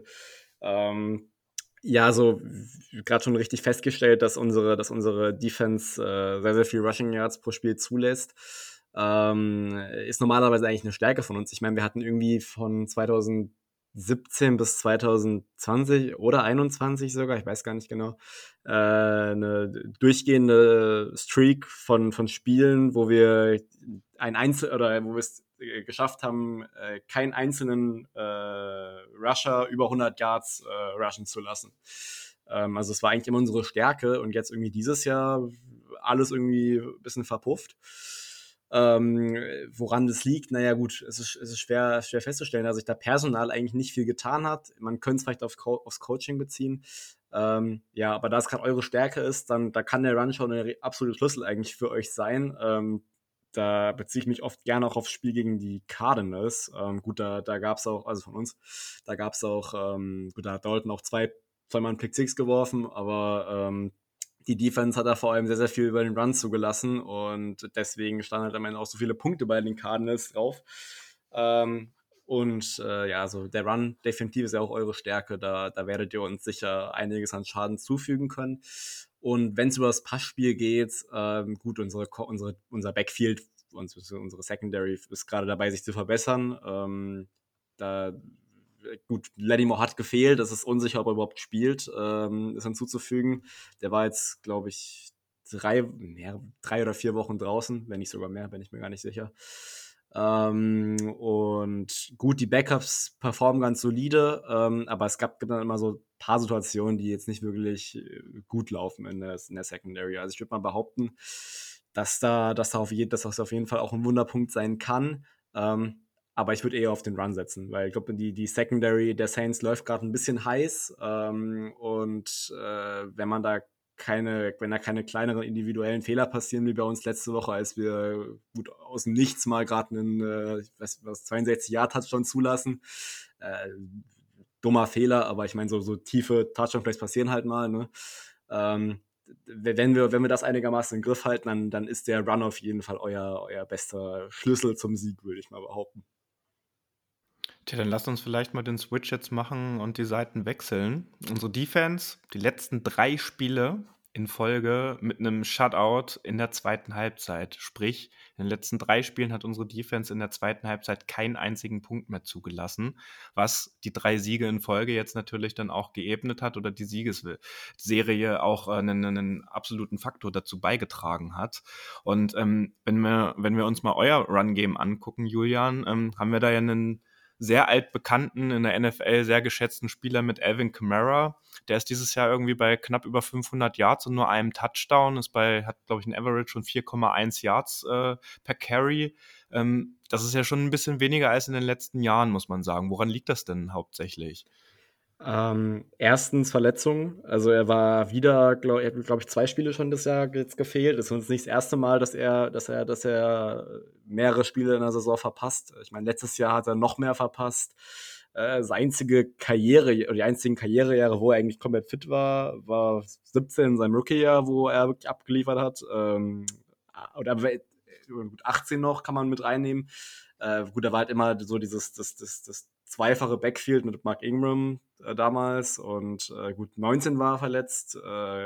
Ja, so gerade schon richtig festgestellt, dass unsere Defense sehr, sehr viel Rushing Yards pro Spiel zulässt. Ist normalerweise eigentlich eine Stärke von uns. Ich meine, wir hatten irgendwie von 2017 bis 2020 oder 21 sogar, ich weiß gar nicht genau, eine durchgehende Streak von Spielen, wo wir wo wir es geschafft haben, keinen einzelnen Rusher über 100 Yards rushen zu lassen. Also es war eigentlich immer unsere Stärke und jetzt irgendwie dieses Jahr alles irgendwie ein bisschen verpufft. Woran das liegt, naja gut, es ist schwer festzustellen, dass sich da Personal eigentlich nicht viel getan hat. Man könnte es vielleicht aufs Coaching beziehen. Ja, aber da es gerade eure Stärke ist, da kann der Run schon der absolute Schlüssel eigentlich für euch sein. Da beziehe ich mich oft gerne auch aufs Spiel gegen die Cardinals. Gut, da gab es auch, also von uns, da gab es auch, gut, da hat Dalton auch zweimal einen Pick 6 geworfen, aber die Defense hat da vor allem sehr, sehr viel über den Run zugelassen und deswegen standen halt am Ende auch so viele Punkte bei den Cardinals drauf. Also der Run definitiv ist ja auch eure Stärke, da werdet ihr uns sicher einiges an Schaden zufügen können. Und wenn es über das Passspiel geht, gut, unser Backfield, unsere Secondary ist gerade dabei, sich zu verbessern. Gut, Lattimore hat gefehlt, es ist unsicher, ob er überhaupt spielt, ist hinzuzufügen. Der war jetzt, glaube ich, 3 oder 4 Wochen draußen, wenn nicht sogar mehr, bin ich mir gar nicht sicher. Und gut, die Backups performen ganz solide, aber es gibt dann immer so ein paar Situationen, die jetzt nicht wirklich gut laufen in der Secondary. Also ich würde mal behaupten, dass das auf jeden Fall auch ein Wunderpunkt sein kann. Aber ich würde eher auf den Run setzen, weil ich glaube, die Secondary der Saints läuft gerade ein bisschen heiß. Und wenn da keine kleineren individuellen Fehler passieren wie bei uns letzte Woche, als wir gut aus dem Nichts mal gerade einen 62-Yard-Touchdown zulassen. Dummer Fehler, aber ich meine, so tiefe Touchdown-Plays passieren halt mal, ne? Wenn wir das einigermaßen im Griff halten, dann ist der Run auf jeden Fall euer bester Schlüssel zum Sieg, würde ich mal behaupten. Tja, dann lasst uns vielleicht mal den Switch jetzt machen und die Seiten wechseln. Unsere Defense, die letzten 3 Spiele in Folge mit einem Shutout in der zweiten Halbzeit. Sprich, in den letzten 3 Spielen hat unsere Defense in der zweiten Halbzeit keinen einzigen Punkt mehr zugelassen, was die 3 Siege in Folge jetzt natürlich dann auch geebnet hat oder die Siegesserie auch einen absoluten Faktor dazu beigetragen hat. Und wenn wir uns mal euer Run-Game angucken, Julian, haben wir da ja einen sehr altbekannten, in der NFL sehr geschätzten Spieler mit Alvin Kamara. Der ist dieses Jahr irgendwie bei knapp über 500 Yards und nur einem Touchdown. Hat, glaube ich, ein Average von 4,1 Yards per Carry. Das ist ja schon ein bisschen weniger als in den letzten Jahren, muss man sagen. Woran liegt das denn hauptsächlich? Erstens Verletzung. Also er war wieder, glaube ich, 2 Spiele schon das Jahr jetzt gefehlt. Das ist uns nicht das erste Mal, dass er mehrere Spiele in der Saison verpasst. Ich meine, letztes Jahr hat er noch mehr verpasst. Die einzigen Karrierejahre, wo er eigentlich komplett fit war 17 in seinem Rookie-Jahr, wo er wirklich abgeliefert hat. Oder 18 noch kann man mit reinnehmen. Gut, da war halt immer so das zweifache Backfield mit Mark Ingram damals und gut, 19 war er verletzt,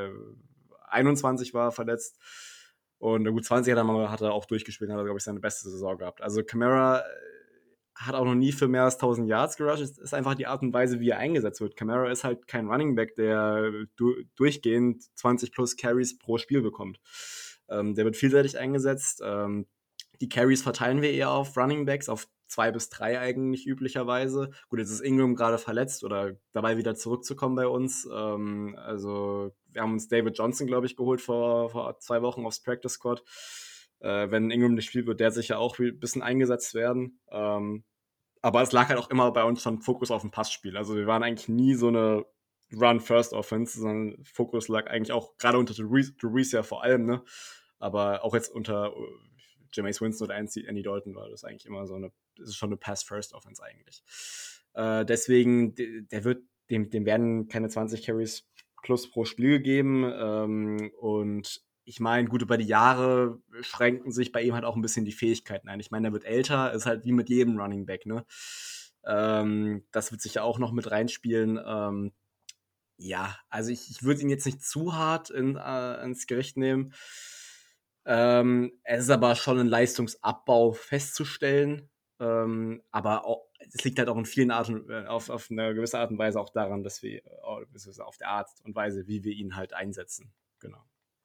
21 war er verletzt und gut, 20 hat er auch durchgespielt, hat er, glaube ich, seine beste Saison gehabt. Also Kamara hat auch noch nie für mehr als 1000 Yards gerusht. Es ist einfach die Art und Weise, wie er eingesetzt wird. Kamara ist halt kein Running Back, der durchgehend 20 plus Carries pro Spiel bekommt. Der wird vielseitig eingesetzt. Die Carries verteilen wir eher auf Running Backs, auf 2 bis 3 eigentlich üblicherweise. Gut, jetzt ist Ingram gerade verletzt oder dabei wieder zurückzukommen bei uns. Also wir haben uns David Johnson, glaube ich, geholt vor 2 Wochen aufs Practice Squad. Wenn Ingram nicht spielt, wird der sicher auch ein bisschen eingesetzt werden. Aber es lag halt auch immer bei uns schon Fokus auf dem Passspiel. Also wir waren eigentlich nie so eine Run-First-Offense, sondern Fokus lag eigentlich auch gerade unter Drew Brees ja vor allem, ne? Aber auch jetzt unter Jameis Winston oder Andy Dalton war das eigentlich immer das ist schon eine Pass-First-Offense eigentlich. Deswegen, dem werden keine 20 Carries plus pro Spiel gegeben. Und ich meine, gut, über die Jahre schränken sich bei ihm halt auch ein bisschen die Fähigkeiten ein. Ich meine, er wird älter, ist halt wie mit jedem Running Back, ne? Das wird sich ja auch noch mit reinspielen. Ja, also ich würde ihn jetzt nicht zu hart ins Gericht nehmen. Es ist aber schon ein Leistungsabbau festzustellen. Aber es liegt halt auch in vielen Arten, auf eine gewisse Art und Weise auch daran, dass wir auf der Art und Weise, wie wir ihn halt einsetzen. Genau.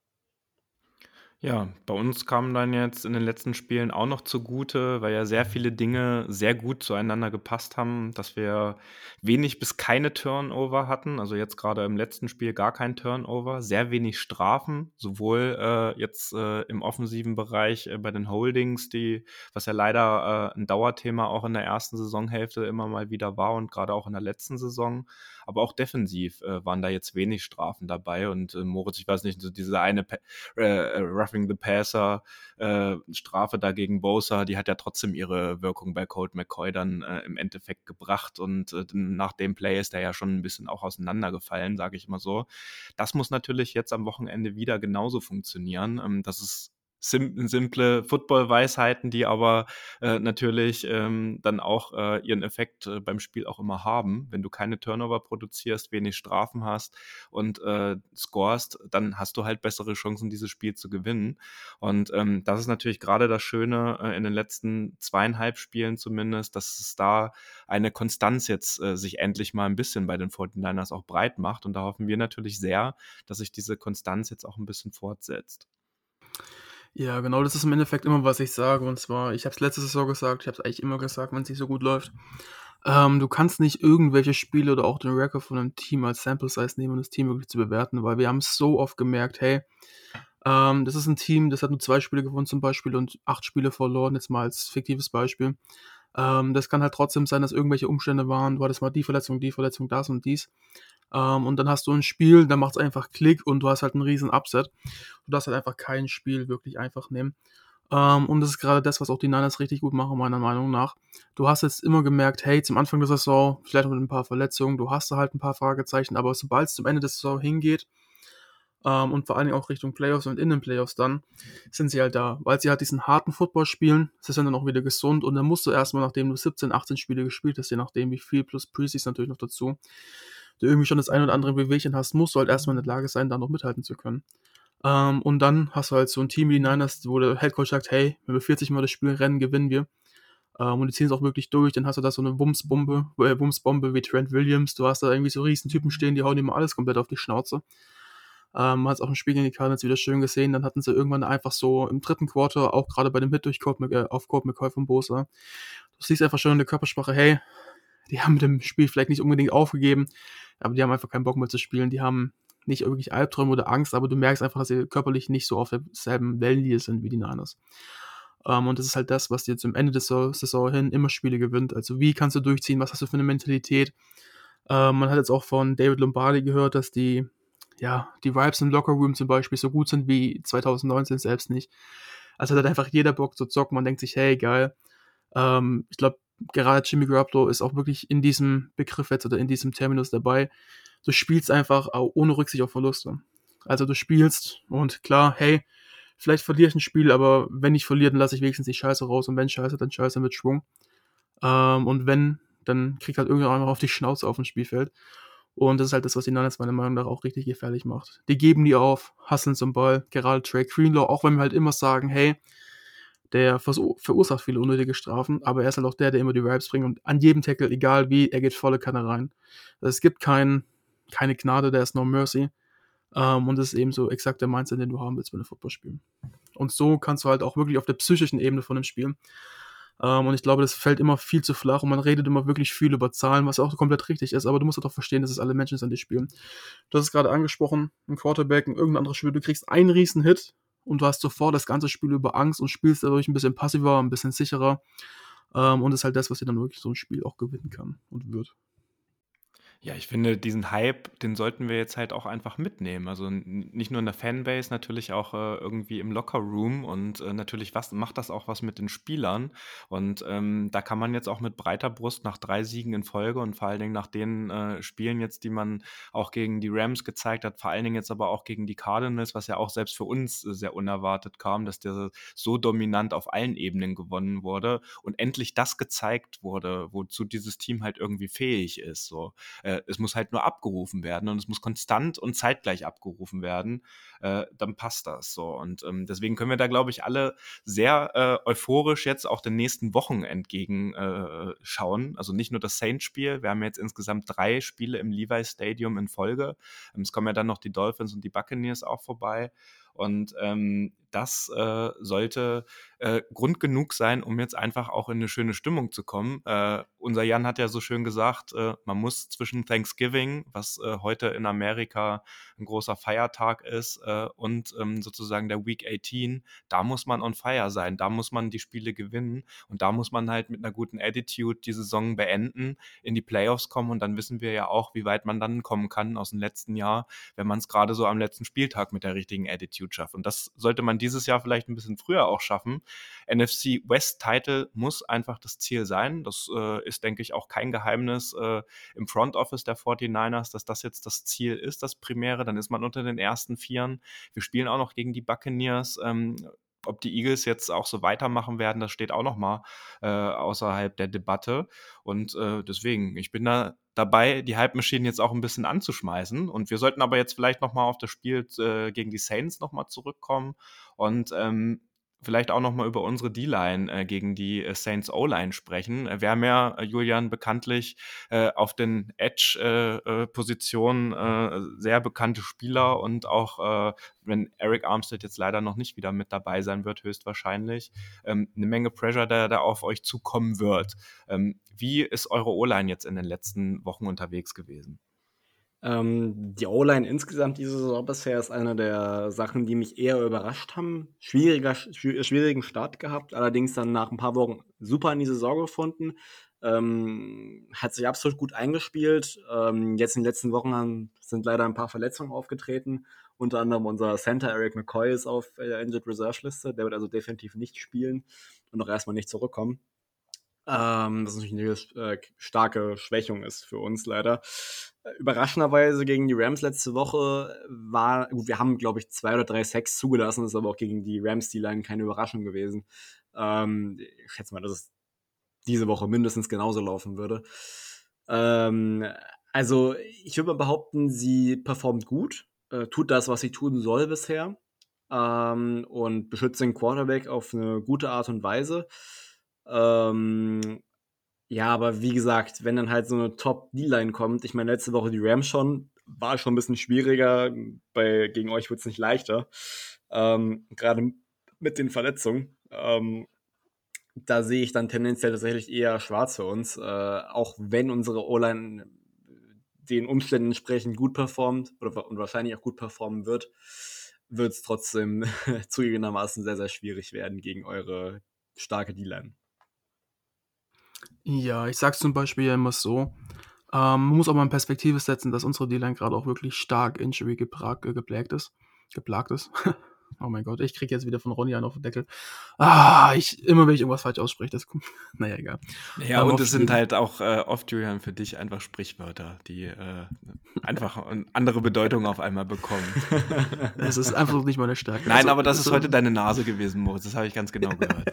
Ja, bei uns kamen dann jetzt in den letzten Spielen auch noch zugute, weil ja sehr viele Dinge sehr gut zueinander gepasst haben, dass wir wenig bis keine Turnover hatten. Also jetzt gerade im letzten Spiel gar kein Turnover, sehr wenig Strafen, sowohl jetzt im offensiven Bereich bei den Holdings, was ja leider ein Dauerthema auch in der ersten Saisonhälfte immer mal wieder war und gerade auch in der letzten Saison. Aber auch defensiv waren da jetzt wenig Strafen dabei. Und Moritz, ich weiß nicht, so diese eine Roughing the Passer Strafe da gegen Bosa, die hat ja trotzdem ihre Wirkung bei Colt McCoy dann im Endeffekt gebracht. Und nach dem Play ist der ja schon ein bisschen auch auseinandergefallen, sage ich mal so. Das muss natürlich jetzt am Wochenende wieder genauso funktionieren. Das ist simple Football-Weisheiten, die aber natürlich dann auch ihren Effekt beim Spiel auch immer haben. Wenn du keine Turnover produzierst, wenig Strafen hast und scorest, dann hast du halt bessere Chancen, dieses Spiel zu gewinnen. Und das ist natürlich gerade das Schöne in den letzten 2,5 Spielen zumindest, dass es da eine Konstanz jetzt sich endlich mal ein bisschen bei den 49ers auch breit macht. Und da hoffen wir natürlich sehr, dass sich diese Konstanz jetzt auch ein bisschen fortsetzt. Ja, genau, das ist im Endeffekt immer, was ich sage. Und zwar, ich habe es letzte Saison gesagt, ich habe es eigentlich immer gesagt, wenn es nicht so gut läuft. Du kannst nicht irgendwelche Spiele oder auch den Rekord von einem Team als Sample Size nehmen, um das Team wirklich zu bewerten, weil wir haben es so oft gemerkt, hey, Das ist ein Team, das hat nur 2 Spiele gewonnen zum Beispiel und 8 Spiele verloren, jetzt mal als fiktives Beispiel. Das kann halt trotzdem sein, dass irgendwelche Umstände waren. Du hattest mal die Verletzung, das und dies. Und dann hast du ein Spiel, da macht es einfach Klick und du hast halt einen riesen Upset. Du darfst halt einfach kein Spiel wirklich einfach nehmen. Und das ist gerade das, was auch die Niners richtig gut machen, meiner Meinung nach. Du hast jetzt immer gemerkt, hey, zum Anfang der Saison, vielleicht mit ein paar Verletzungen, du hast da halt ein paar Fragezeichen, aber sobald es zum Ende der Saison hingeht, und vor allen Dingen auch Richtung Playoffs und in den Playoffs dann, sind sie halt da, weil sie halt diesen harten Football spielen, sie sind dann auch wieder gesund und dann musst du erstmal, nachdem du 17, 18 Spiele gespielt hast, je nachdem wie viel, plus Preseason natürlich noch dazu, du irgendwie schon das ein oder andere Bewegchen hast, musst du halt erstmal in der Lage sein, da noch mithalten zu können. Und dann hast du halt so ein Team wie die Niners, wo der Headcoach sagt, hey, wenn wir 40 Mal das Spiel rennen, gewinnen wir. Und die ziehen es auch wirklich durch, dann hast du da so eine Wumsbombe wie Trent Williams, du hast da irgendwie so Riesentypen stehen, die hauen immer alles komplett auf die Schnauze. Man hat es auch im Spiel gegen die Cardinals wieder schön gesehen. Dann hatten sie irgendwann einfach so im 3. Quarter, auch gerade bei dem Hit durch auf Colt McCoy von Bosa, du siehst einfach schon in der Körpersprache, hey, die haben mit dem Spiel vielleicht nicht unbedingt aufgegeben, aber die haben einfach keinen Bock mehr zu spielen. Die haben nicht wirklich Albträume oder Angst, aber du merkst einfach, dass sie körperlich nicht so auf derselben Wellenlinie sind wie die Niners. Und das ist halt das, was dir zum Ende der Saison hin immer Spiele gewinnt. Also wie kannst du durchziehen, was hast du für eine Mentalität? Man hat jetzt auch von David Lombardi gehört, dass die Vibes im Lockerroom zum Beispiel so gut sind wie 2019 selbst nicht. Also hat einfach jeder Bock zu zocken. Man denkt sich, hey, geil. Ich glaube, gerade Jimmy Garoppolo ist auch wirklich in diesem Begriff jetzt oder in diesem Terminus dabei. Du spielst einfach auch ohne Rücksicht auf Verluste. Also du spielst und klar, hey, vielleicht verliere ich ein Spiel, aber wenn ich verliere, dann lasse ich wenigstens die Scheiße raus und wenn Scheiße, dann Scheiße mit Schwung. Und wenn, dann kriegt halt irgendjemand einfach auf die Schnauze auf dem Spielfeld. Und das ist halt das, was die Niners meiner Meinung nach auch richtig gefährlich macht. Die geben die auf, hasseln zum Ball, gerade Trey Greenlaw, auch wenn wir halt immer sagen, hey, der verursacht viele unnötige Strafen, aber er ist halt auch der immer die Vibes bringt und an jedem Tackle, egal wie, er geht volle Kanne rein. Also es gibt keine Gnade, der ist no mercy. Und das ist eben so exakt der Mindset, den du haben willst, wenn du Football spielen. Und so kannst du halt auch wirklich auf der psychischen Ebene von dem Spiel. Und ich glaube, das fällt immer viel zu flach und man redet immer wirklich viel über Zahlen, was auch komplett richtig ist, aber du musst halt auch verstehen, dass es alle Menschen sind, die spielen. Du hast es gerade angesprochen, ein Quarterback, irgendein anderes Spiel, du kriegst einen riesen Hit und du hast sofort das ganze Spiel über Angst und spielst dadurch ein bisschen passiver, ein bisschen sicherer. Und das ist halt das, was dir dann wirklich so ein Spiel auch gewinnen kann und wird. Ja, ich finde, diesen Hype, den sollten wir jetzt halt auch einfach mitnehmen. Also nicht nur in der Fanbase, natürlich auch irgendwie im Lockerroom und natürlich macht das auch was mit den Spielern. Und da kann man jetzt auch mit breiter Brust nach 3 Siegen in Folge und vor allen Dingen nach den Spielen jetzt, die man auch gegen die Rams gezeigt hat, vor allen Dingen jetzt aber auch gegen die Cardinals, was ja auch selbst für uns sehr unerwartet kam, dass der so dominant auf allen Ebenen gewonnen wurde und endlich das gezeigt wurde, wozu dieses Team halt irgendwie fähig ist. So. Es muss halt nur abgerufen werden und es muss konstant und zeitgleich abgerufen werden, dann passt das so. Und deswegen können wir da, glaube ich, alle sehr euphorisch jetzt auch den nächsten Wochen entgegenschauen. Also nicht nur das Saints-Spiel, wir haben jetzt insgesamt 3 Spiele im Levi's Stadium in Folge. Es kommen ja dann noch die Dolphins und die Buccaneers auch vorbei. Und das sollte Grund genug sein, um jetzt einfach auch in eine schöne Stimmung zu kommen. Unser Jan hat ja so schön gesagt, man muss zwischen Thanksgiving, was heute in Amerika ein großer Feiertag ist, und sozusagen der Week 18, da muss man on fire sein, da muss man die Spiele gewinnen und da muss man halt mit einer guten Attitude die Saison beenden, in die Playoffs kommen und dann wissen wir ja auch, wie weit man dann kommen kann aus dem letzten Jahr, wenn man es gerade so am letzten Spieltag mit der richtigen Attitude schafft. Und das sollte man dieses Jahr vielleicht ein bisschen früher auch schaffen. NFC West Title muss einfach das Ziel sein. Das ist, denke ich, auch kein Geheimnis im Front Office der 49ers, dass das jetzt das Ziel ist, das Primäre. Dann ist man unter den ersten 4. Wir spielen auch noch gegen die Buccaneers. Ob die Eagles jetzt auch so weitermachen werden, das steht auch noch mal außerhalb der Debatte. Und deswegen, ich bin da dabei, die Hype-Maschine jetzt auch ein bisschen anzuschmeißen. Und wir sollten aber jetzt vielleicht noch mal auf das Spiel gegen die Saints noch mal zurückkommen und vielleicht auch noch mal über unsere D-Line gegen die Saints O-Line sprechen. Wir haben ja, Julian, bekanntlich auf den Edge-Positionen sehr bekannte Spieler und auch, wenn Eric Armstead jetzt leider noch nicht wieder mit dabei sein wird, höchstwahrscheinlich, eine Menge Pressure, der da auf euch zukommen wird. Wie ist eure O-Line jetzt in den letzten Wochen unterwegs gewesen? Die O-Line insgesamt diese Saison bisher ist eine der Sachen, die mich eher überrascht haben. Schwierigen Start gehabt, allerdings dann nach ein paar Wochen super in die Saison gefunden. Hat sich absolut gut eingespielt. Jetzt in den letzten Wochen sind leider ein paar Verletzungen aufgetreten. Unter anderem unser Center Eric McCoy ist auf der Injured Reserve Liste. Der wird also definitiv nicht spielen und auch erstmal nicht zurückkommen. Was natürlich eine starke Schwächung ist für uns leider. Überraschenderweise gegen die Rams letzte Woche wir haben, glaube ich, 2 oder 3 Sacks zugelassen, das ist aber auch gegen die Rams D-Line keine Überraschung gewesen. Ich schätze mal, dass es diese Woche mindestens genauso laufen würde. Also ich würde mal behaupten, sie performt gut, tut das, was sie tun soll bisher, und beschützt den Quarterback auf eine gute Art und Weise. Ja, aber wie gesagt, wenn dann halt so eine Top-D-Line kommt, ich meine, letzte Woche die Rams war schon ein bisschen schwieriger, gegen euch wird es nicht leichter, gerade mit den Verletzungen. Da sehe ich dann tendenziell tatsächlich eher schwarz für uns, auch wenn unsere O-Line den Umständen entsprechend gut performt und wahrscheinlich auch gut performen wird es trotzdem zugegebenermaßen sehr, sehr schwierig werden gegen eure starke D-Line. Ja, ich sag's zum Beispiel ja immer so. Man muss auch mal in Perspektive setzen, dass unsere D-Line gerade auch wirklich stark Injury geplagt ist. Oh mein Gott, ich krieg jetzt wieder von Ronny einen auf den Deckel. Immer wenn ich irgendwas falsch ausspreche, das kommt. Naja, egal. Ja, und auf es sind jeden- halt auch oft, Julian, für dich einfach Sprichwörter, die einfach eine andere Bedeutung auf einmal bekommen. Es ist einfach nicht meine Stärke. Nein, Also, aber das es ist heute deine Nase gewesen, Moritz. Das habe ich ganz genau gehört.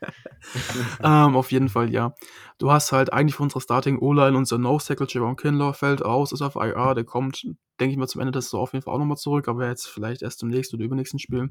Auf jeden Fall, ja. Du hast halt eigentlich für unsere Starting O-Line unser Nose-Tackle, Javon Kinlaw, fällt aus, ist auf IR, der kommt, denke ich mal, zum Ende des Saison auf jeden Fall auch nochmal zurück, aber jetzt vielleicht erst im nächsten oder übernächsten Spiel.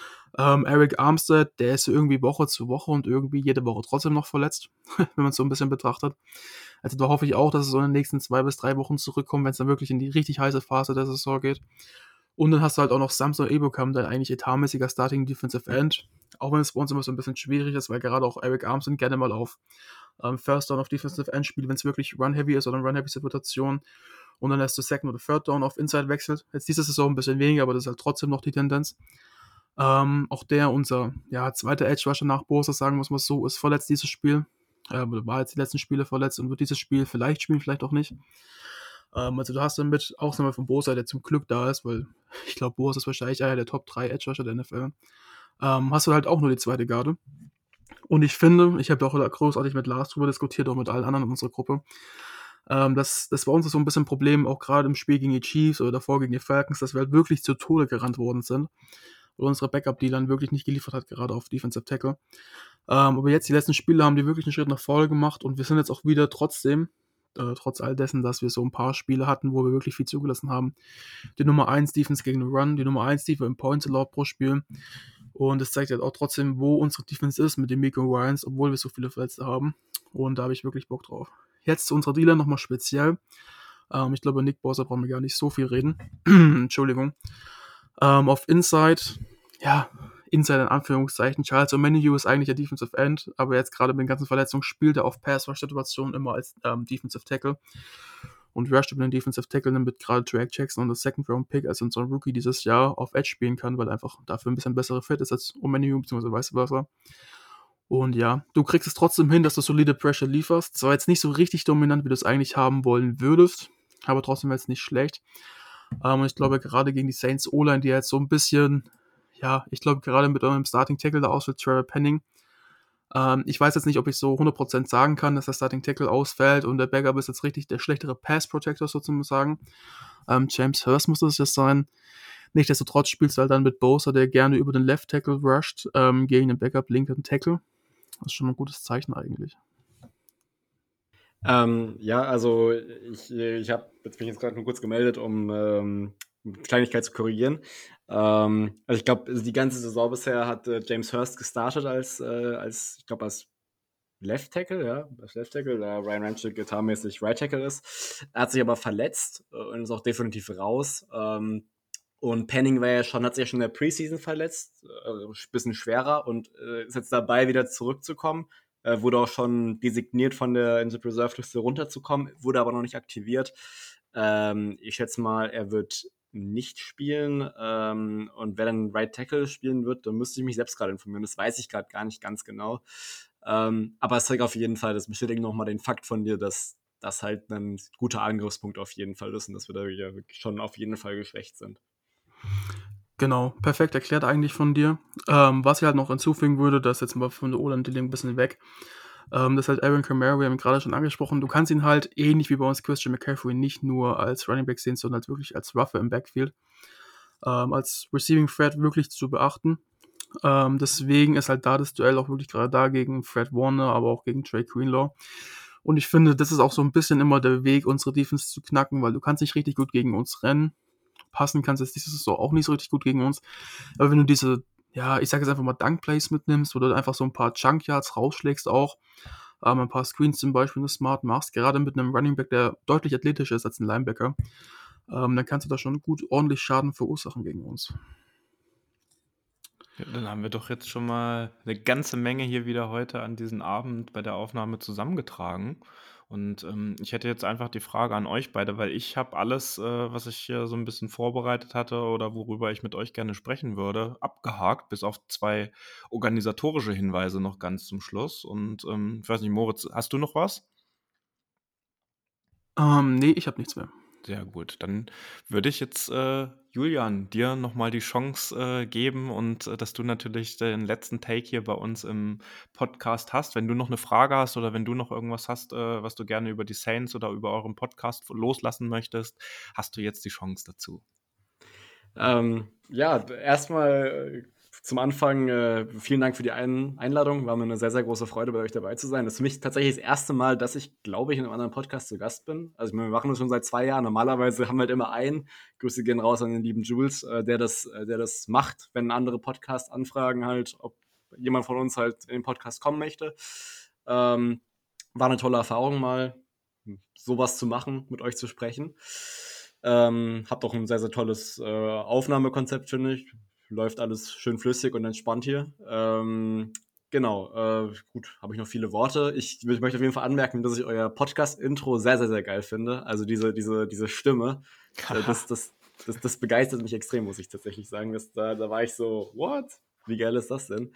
Eric Armstead, der ist irgendwie Woche zu Woche und irgendwie jede Woche trotzdem noch verletzt, wenn man es so ein bisschen betrachtet. Also da hoffe ich auch, dass es so in den nächsten 2 bis 3 Wochen zurückkommt, wenn es dann wirklich in die richtig heiße Phase der Saison geht. Und dann hast du halt auch noch Samson Ebukam, dein eigentlich etatmäßiger Starting Defensive End. Auch wenn es bei uns immer so ein bisschen schwierig ist, weil gerade auch Eric Armstead gerne mal auf First Down auf Defensive End spielt, wenn es wirklich Run-Heavy ist oder eine Run-Heavy-Situation. Und dann erst zu Second oder Third Down auf Inside wechselt. Jetzt diese Saison ein bisschen weniger, aber das ist halt trotzdem noch die Tendenz. Auch unser zweiter Edge-Rusher nach Bosa, sagen wir es mal so, ist verletzt dieses Spiel. War jetzt die letzten Spiele verletzt und wird dieses Spiel vielleicht spielen, vielleicht auch nicht. Also du hast dann mit Ausnahme von Bosa, der zum Glück da ist, weil ich glaube, Bosa ist wahrscheinlich einer der Top 3 Edge-Rusher der NFL. Hast du halt auch nur die zweite Garde. Und ich finde, ich habe ja auch großartig mit Lars drüber diskutiert, auch mit allen anderen in unserer Gruppe. Das bei uns ist so ein bisschen ein Problem, auch gerade im Spiel gegen die Chiefs oder davor gegen die Falcons, dass wir halt wirklich zu Tode gerannt worden sind. Weil unsere Backup-Dealer wirklich nicht geliefert hat, gerade auf Defensive Tackle. Aber jetzt die letzten Spiele haben die wirklich einen Schritt nach vorne gemacht und wir sind jetzt auch wieder trotzdem, trotz all dessen, dass wir so ein paar Spiele hatten, wo wir wirklich viel zugelassen haben, die Nummer 1 Defense gegen den Run, die Nummer 1 Defense im Points Allowed pro Spiel. Und es zeigt halt auch trotzdem, wo unsere Defense ist mit den Miko Ryans, obwohl wir so viele Verletzte haben. Und da habe ich wirklich Bock drauf. Jetzt zu unserer Dealer nochmal speziell. Ich glaube, Nick Bosa brauchen wir gar nicht so viel reden. Entschuldigung. Auf Inside, Inside in Anführungszeichen. Charles Omenihu ist eigentlich der Defensive End, aber jetzt gerade mit den ganzen Verletzungen spielt er auf Pass-Rush-Situationen immer als Defensive Tackle. Und rusht über den Defensive Tackle, damit gerade Drake Jackson und das Second-Round-Pick als unser Rookie dieses Jahr auf Edge spielen kann, weil er einfach dafür ein bisschen bessere Fit ist als Omenihu, beziehungsweise vice versa. Und ja, du kriegst es trotzdem hin, dass du solide Pressure lieferst. Zwar jetzt nicht so richtig dominant, wie du es eigentlich haben wollen würdest, aber trotzdem wäre es nicht schlecht. Und ich glaube, gerade gegen die Saints O-Line, die jetzt so ein bisschen, ich glaube, gerade mit eurem Starting Tackle da ausfällt, Trevor Penning. Ich weiß jetzt nicht, ob ich so 100% sagen kann, dass der Starting Tackle ausfällt und der Backup ist jetzt richtig der schlechtere Pass Protector sozusagen. James Hurst muss das jetzt sein. Nichtsdestotrotz spielst du halt dann mit Bosa, der gerne über den Left Tackle rusht, gegen den Backup linken Tackle. Das ist schon mal ein gutes Zeichen eigentlich. Also ich bin jetzt gerade nur kurz gemeldet, um eine Kleinigkeit zu korrigieren. Also ich glaube, die ganze Saison bisher hat James Hurst gestartet als Left Tackle, als Left Tackle, da Ryan Ramczyk gitarmäßig Right Tackle ist. Er hat sich aber verletzt und ist auch definitiv raus. Und Penning hat sich ja schon in der Preseason verletzt, bisschen schwerer und ist jetzt dabei, wieder zurückzukommen. Wurde auch schon designiert von der Injured Reserve Liste runterzukommen, wurde aber noch nicht aktiviert. Ich schätze mal, er wird nicht spielen. Und wer dann Right Tackle spielen wird, dann müsste ich mich selbst gerade informieren. Das weiß ich gerade gar nicht ganz genau. Aber es zeigt auf jeden Fall, das bestätigt nochmal den Fakt von dir, dass das halt ein guter Angriffspunkt auf jeden Fall ist und dass wir da ja wirklich schon auf jeden Fall geschwächt sind. Genau, perfekt erklärt eigentlich von dir. Was ich halt noch hinzufügen würde, das ist jetzt mal von der O-Line ein bisschen weg. Das ist halt Aaron Kamara, wir haben ihn gerade schon angesprochen. Du kannst ihn halt ähnlich wie bei uns Christian McCaffrey nicht nur als Running Back sehen, sondern halt wirklich als Waffe im Backfield. Als Receiving Threat wirklich zu beachten. Deswegen ist halt da das Duell auch wirklich gerade da gegen Fred Warner, aber auch gegen Trey Greenlaw. Und ich finde, das ist auch so ein bisschen immer der Weg, unsere Defense zu knacken, weil du kannst nicht richtig gut gegen uns rennen. Passen kannst jetzt dieses so auch nicht so richtig gut gegen uns. Aber wenn du diese, ja, ich sage jetzt einfach mal Dunk-Plays mitnimmst oder einfach so ein paar Chunk-Yards rausschlägst auch, ein paar Screens zum Beispiel smart machst, gerade mit einem Running Back, der deutlich athletischer ist als ein Linebacker, dann kannst du da schon gut ordentlich Schaden verursachen gegen uns. Ja, dann haben wir doch jetzt schon mal eine ganze Menge hier wieder heute an diesem Abend bei der Aufnahme zusammengetragen. Und ich hätte jetzt einfach die Frage an euch beide, weil ich habe alles, was ich hier so ein bisschen vorbereitet hatte oder worüber ich mit euch gerne sprechen würde, abgehakt, bis auf 2 organisatorische Hinweise noch ganz zum Schluss. Und ich weiß nicht, Moritz, hast du noch was? Nee, ich habe nichts mehr. Sehr gut. Dann würde ich jetzt, Julian, dir nochmal die Chance geben und dass du natürlich den letzten Take hier bei uns im Podcast hast. Wenn du noch eine Frage hast oder wenn du noch irgendwas hast, was du gerne über die Saints oder über euren Podcast loslassen möchtest, hast du jetzt die Chance dazu. Ja, erstmal zum Anfang vielen Dank für die Einladung. War mir eine sehr, sehr große Freude, bei euch dabei zu sein. Das ist für mich tatsächlich das erste Mal, dass ich, glaube ich, in einem anderen Podcast zu Gast bin. Also wir machen das schon seit 2 Jahren. Normalerweise haben wir halt immer einen. Grüße gehen raus an den lieben Jules, der das macht, wenn andere Podcasts anfragen halt, ob jemand von uns halt in den Podcast kommen möchte. War eine tolle Erfahrung mal, sowas zu machen, mit euch zu sprechen. Habt auch ein sehr, sehr tolles Aufnahmekonzept, finde ich. Läuft alles schön flüssig und entspannt hier. Genau, gut, habe ich noch viele Worte. Ich möchte auf jeden Fall anmerken, dass ich euer Podcast-Intro sehr, sehr, sehr geil finde. Also diese Stimme, das begeistert mich extrem, muss ich tatsächlich sagen. Da war ich so, what? Wie geil ist das denn?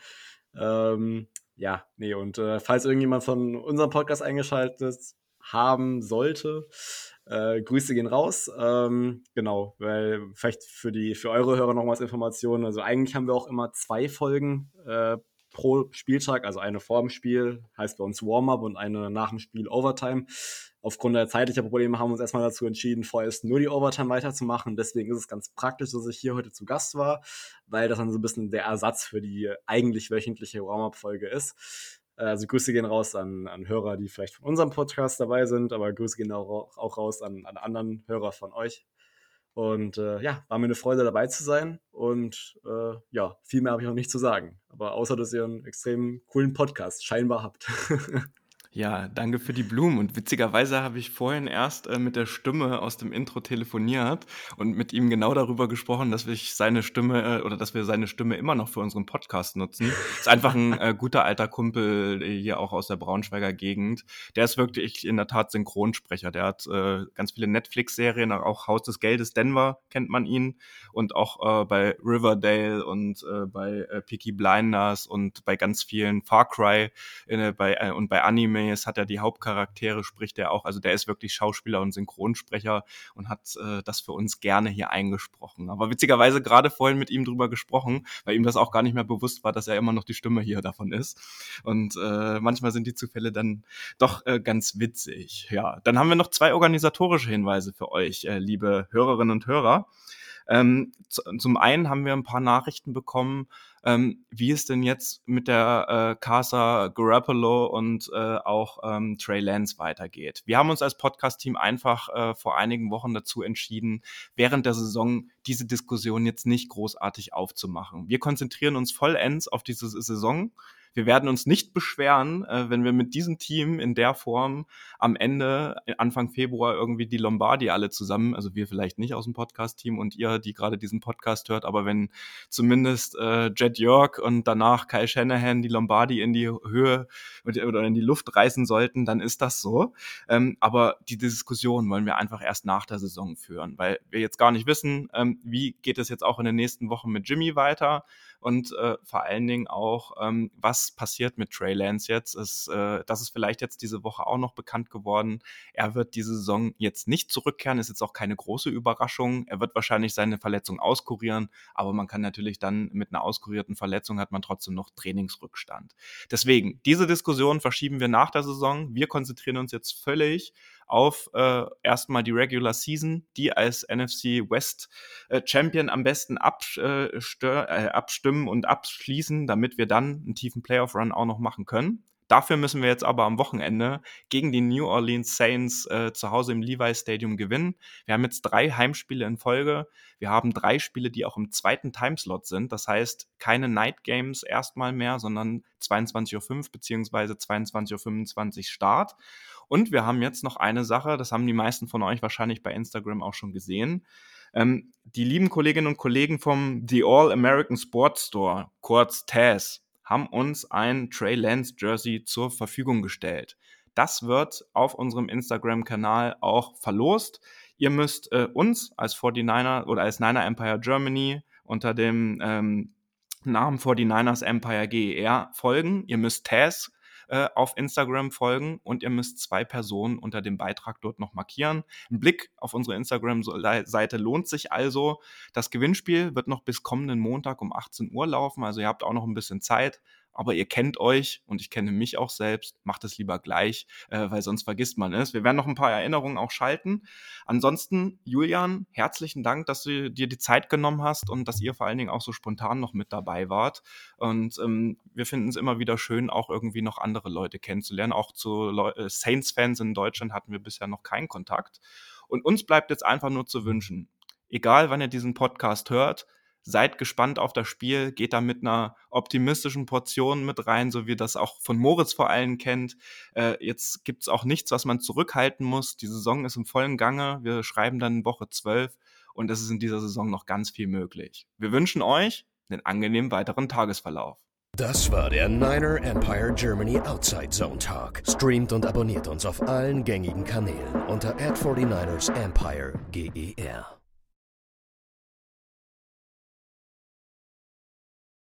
Ja, nee, und falls irgendjemand von unserem Podcast eingeschaltet haben sollte, Grüße gehen raus. Genau, weil vielleicht für eure Hörer noch mal als Information. Also eigentlich haben wir auch immer 2 Folgen pro Spieltag, also eine vor dem Spiel, heißt bei uns Warm-up und eine nach dem Spiel Overtime. Aufgrund der zeitlichen Probleme haben wir uns erstmal dazu entschieden, vorerst nur die Overtime weiterzumachen. Deswegen ist es ganz praktisch, dass ich hier heute zu Gast war, weil das dann so ein bisschen der Ersatz für die eigentlich wöchentliche Warm-up-Folge ist. Also Grüße gehen raus an Hörer, die vielleicht von unserem Podcast dabei sind, aber Grüße gehen auch raus an anderen Hörer von euch. Und ja, war mir eine Freude dabei zu sein und ja, viel mehr habe ich noch nicht zu sagen. Aber außer, dass ihr einen extrem coolen Podcast scheinbar habt. Ja, danke für die Blumen. Und witzigerweise habe ich vorhin erst mit der Stimme aus dem Intro telefoniert und mit ihm genau darüber gesprochen, dass wir seine Stimme immer noch für unseren Podcast nutzen. Ist einfach ein guter alter Kumpel hier auch aus der Braunschweiger Gegend. Der ist wirklich in der Tat Synchronsprecher. Der hat ganz viele Netflix-Serien, auch Haus des Geldes Denver kennt man ihn und auch bei Riverdale und bei Peaky Blinders und bei ganz vielen Far Cry und bei Anime hat er die Hauptcharaktere, spricht er auch, also der ist wirklich Schauspieler und Synchronsprecher und hat das für uns gerne hier eingesprochen. Aber witzigerweise gerade vorhin mit ihm drüber gesprochen, weil ihm das auch gar nicht mehr bewusst war, dass er immer noch die Stimme hier davon ist. Und manchmal sind die Zufälle dann doch ganz witzig. Ja, dann haben wir noch 2 organisatorische Hinweise für euch, liebe Hörerinnen und Hörer. Zum einen haben wir ein paar Nachrichten bekommen, wie es denn jetzt mit der Casa Garoppolo und auch Trey Lance weitergeht. Wir haben uns als Podcast-Team einfach vor einigen Wochen dazu entschieden, während der Saison diese Diskussion jetzt nicht großartig aufzumachen. Wir konzentrieren uns vollends auf diese Saison. wir werden uns nicht beschweren, wenn wir mit diesem Team in der Form am Ende, Anfang Februar, irgendwie die Lombardi alle zusammen, also wir vielleicht nicht aus dem Podcast-Team und ihr, die gerade diesen Podcast hört, aber wenn zumindest Jed York und danach Kyle Shanahan die Lombardi in die Höhe oder in die Luft reißen sollten, dann ist das so. Aber die Diskussion wollen wir einfach erst nach der Saison führen, weil wir jetzt gar nicht wissen, wie geht es jetzt auch in den nächsten Wochen mit Jimmy weiter und vor allen Dingen auch, was passiert mit Trey Lance jetzt. Das ist vielleicht jetzt diese Woche auch noch bekannt geworden. Er wird diese Saison jetzt nicht zurückkehren, ist jetzt auch keine große Überraschung. Er wird wahrscheinlich seine Verletzung auskurieren, aber man kann natürlich dann mit einer auskurierten Verletzung hat man trotzdem noch Trainingsrückstand. Deswegen, diese Diskussion verschieben wir nach der Saison. Wir konzentrieren uns jetzt völlig auf erstmal die Regular Season, die als NFC West Champion am besten abstimmen und abschließen, damit wir dann einen tiefen Playoff-Run auch noch machen können. Dafür müssen wir jetzt aber am Wochenende gegen die New Orleans Saints zu Hause im Levi Stadium gewinnen. Wir haben jetzt 3 Heimspiele in Folge. Wir haben 3 Spiele, die auch im zweiten Timeslot sind. Das heißt, keine Night Games erstmal mehr, sondern 22:05 Uhr bzw. 22:25 Uhr Start. Und wir haben jetzt noch eine Sache, das haben die meisten von euch wahrscheinlich bei Instagram auch schon gesehen. Die lieben Kolleginnen und Kollegen vom The All-American Sports Store, kurz TAS, haben uns ein Trey Lance Jersey zur Verfügung gestellt. Das wird auf unserem Instagram-Kanal auch verlost. Ihr müsst uns als 49er oder als Niner Empire Germany unter dem Namen 49ers Empire GER folgen. Ihr müsst TAS auf Instagram folgen und ihr müsst 2 Personen unter dem Beitrag dort noch markieren. Ein Blick auf unsere Instagram-Seite lohnt sich also. Das Gewinnspiel wird noch bis kommenden Montag um 18 Uhr laufen, also ihr habt auch noch ein bisschen Zeit. Aber ihr kennt euch und ich kenne mich auch selbst. Macht es lieber gleich, weil sonst vergisst man es. Wir werden noch ein paar Erinnerungen auch schalten. Ansonsten, Julian, herzlichen Dank, dass du dir die Zeit genommen hast und dass ihr vor allen Dingen auch so spontan noch mit dabei wart. Und wir finden es immer wieder schön, auch irgendwie noch andere Leute kennenzulernen. Auch zu Saints-Fans in Deutschland hatten wir bisher noch keinen Kontakt. Und uns bleibt jetzt einfach nur zu wünschen, egal wann ihr diesen Podcast hört, seid gespannt auf das Spiel, geht da mit einer optimistischen Portion mit rein, so wie ihr das auch von Moritz vor allem kennt. Jetzt gibt's auch nichts, was man zurückhalten muss. Die Saison ist im vollen Gange. Wir schreiben dann Woche 12 und es ist in dieser Saison noch ganz viel möglich. Wir wünschen euch einen angenehmen weiteren Tagesverlauf. Das war der Niner Empire Germany Outside Zone Talk. Streamt und abonniert uns auf allen gängigen Kanälen unter @49ersEmpireGER.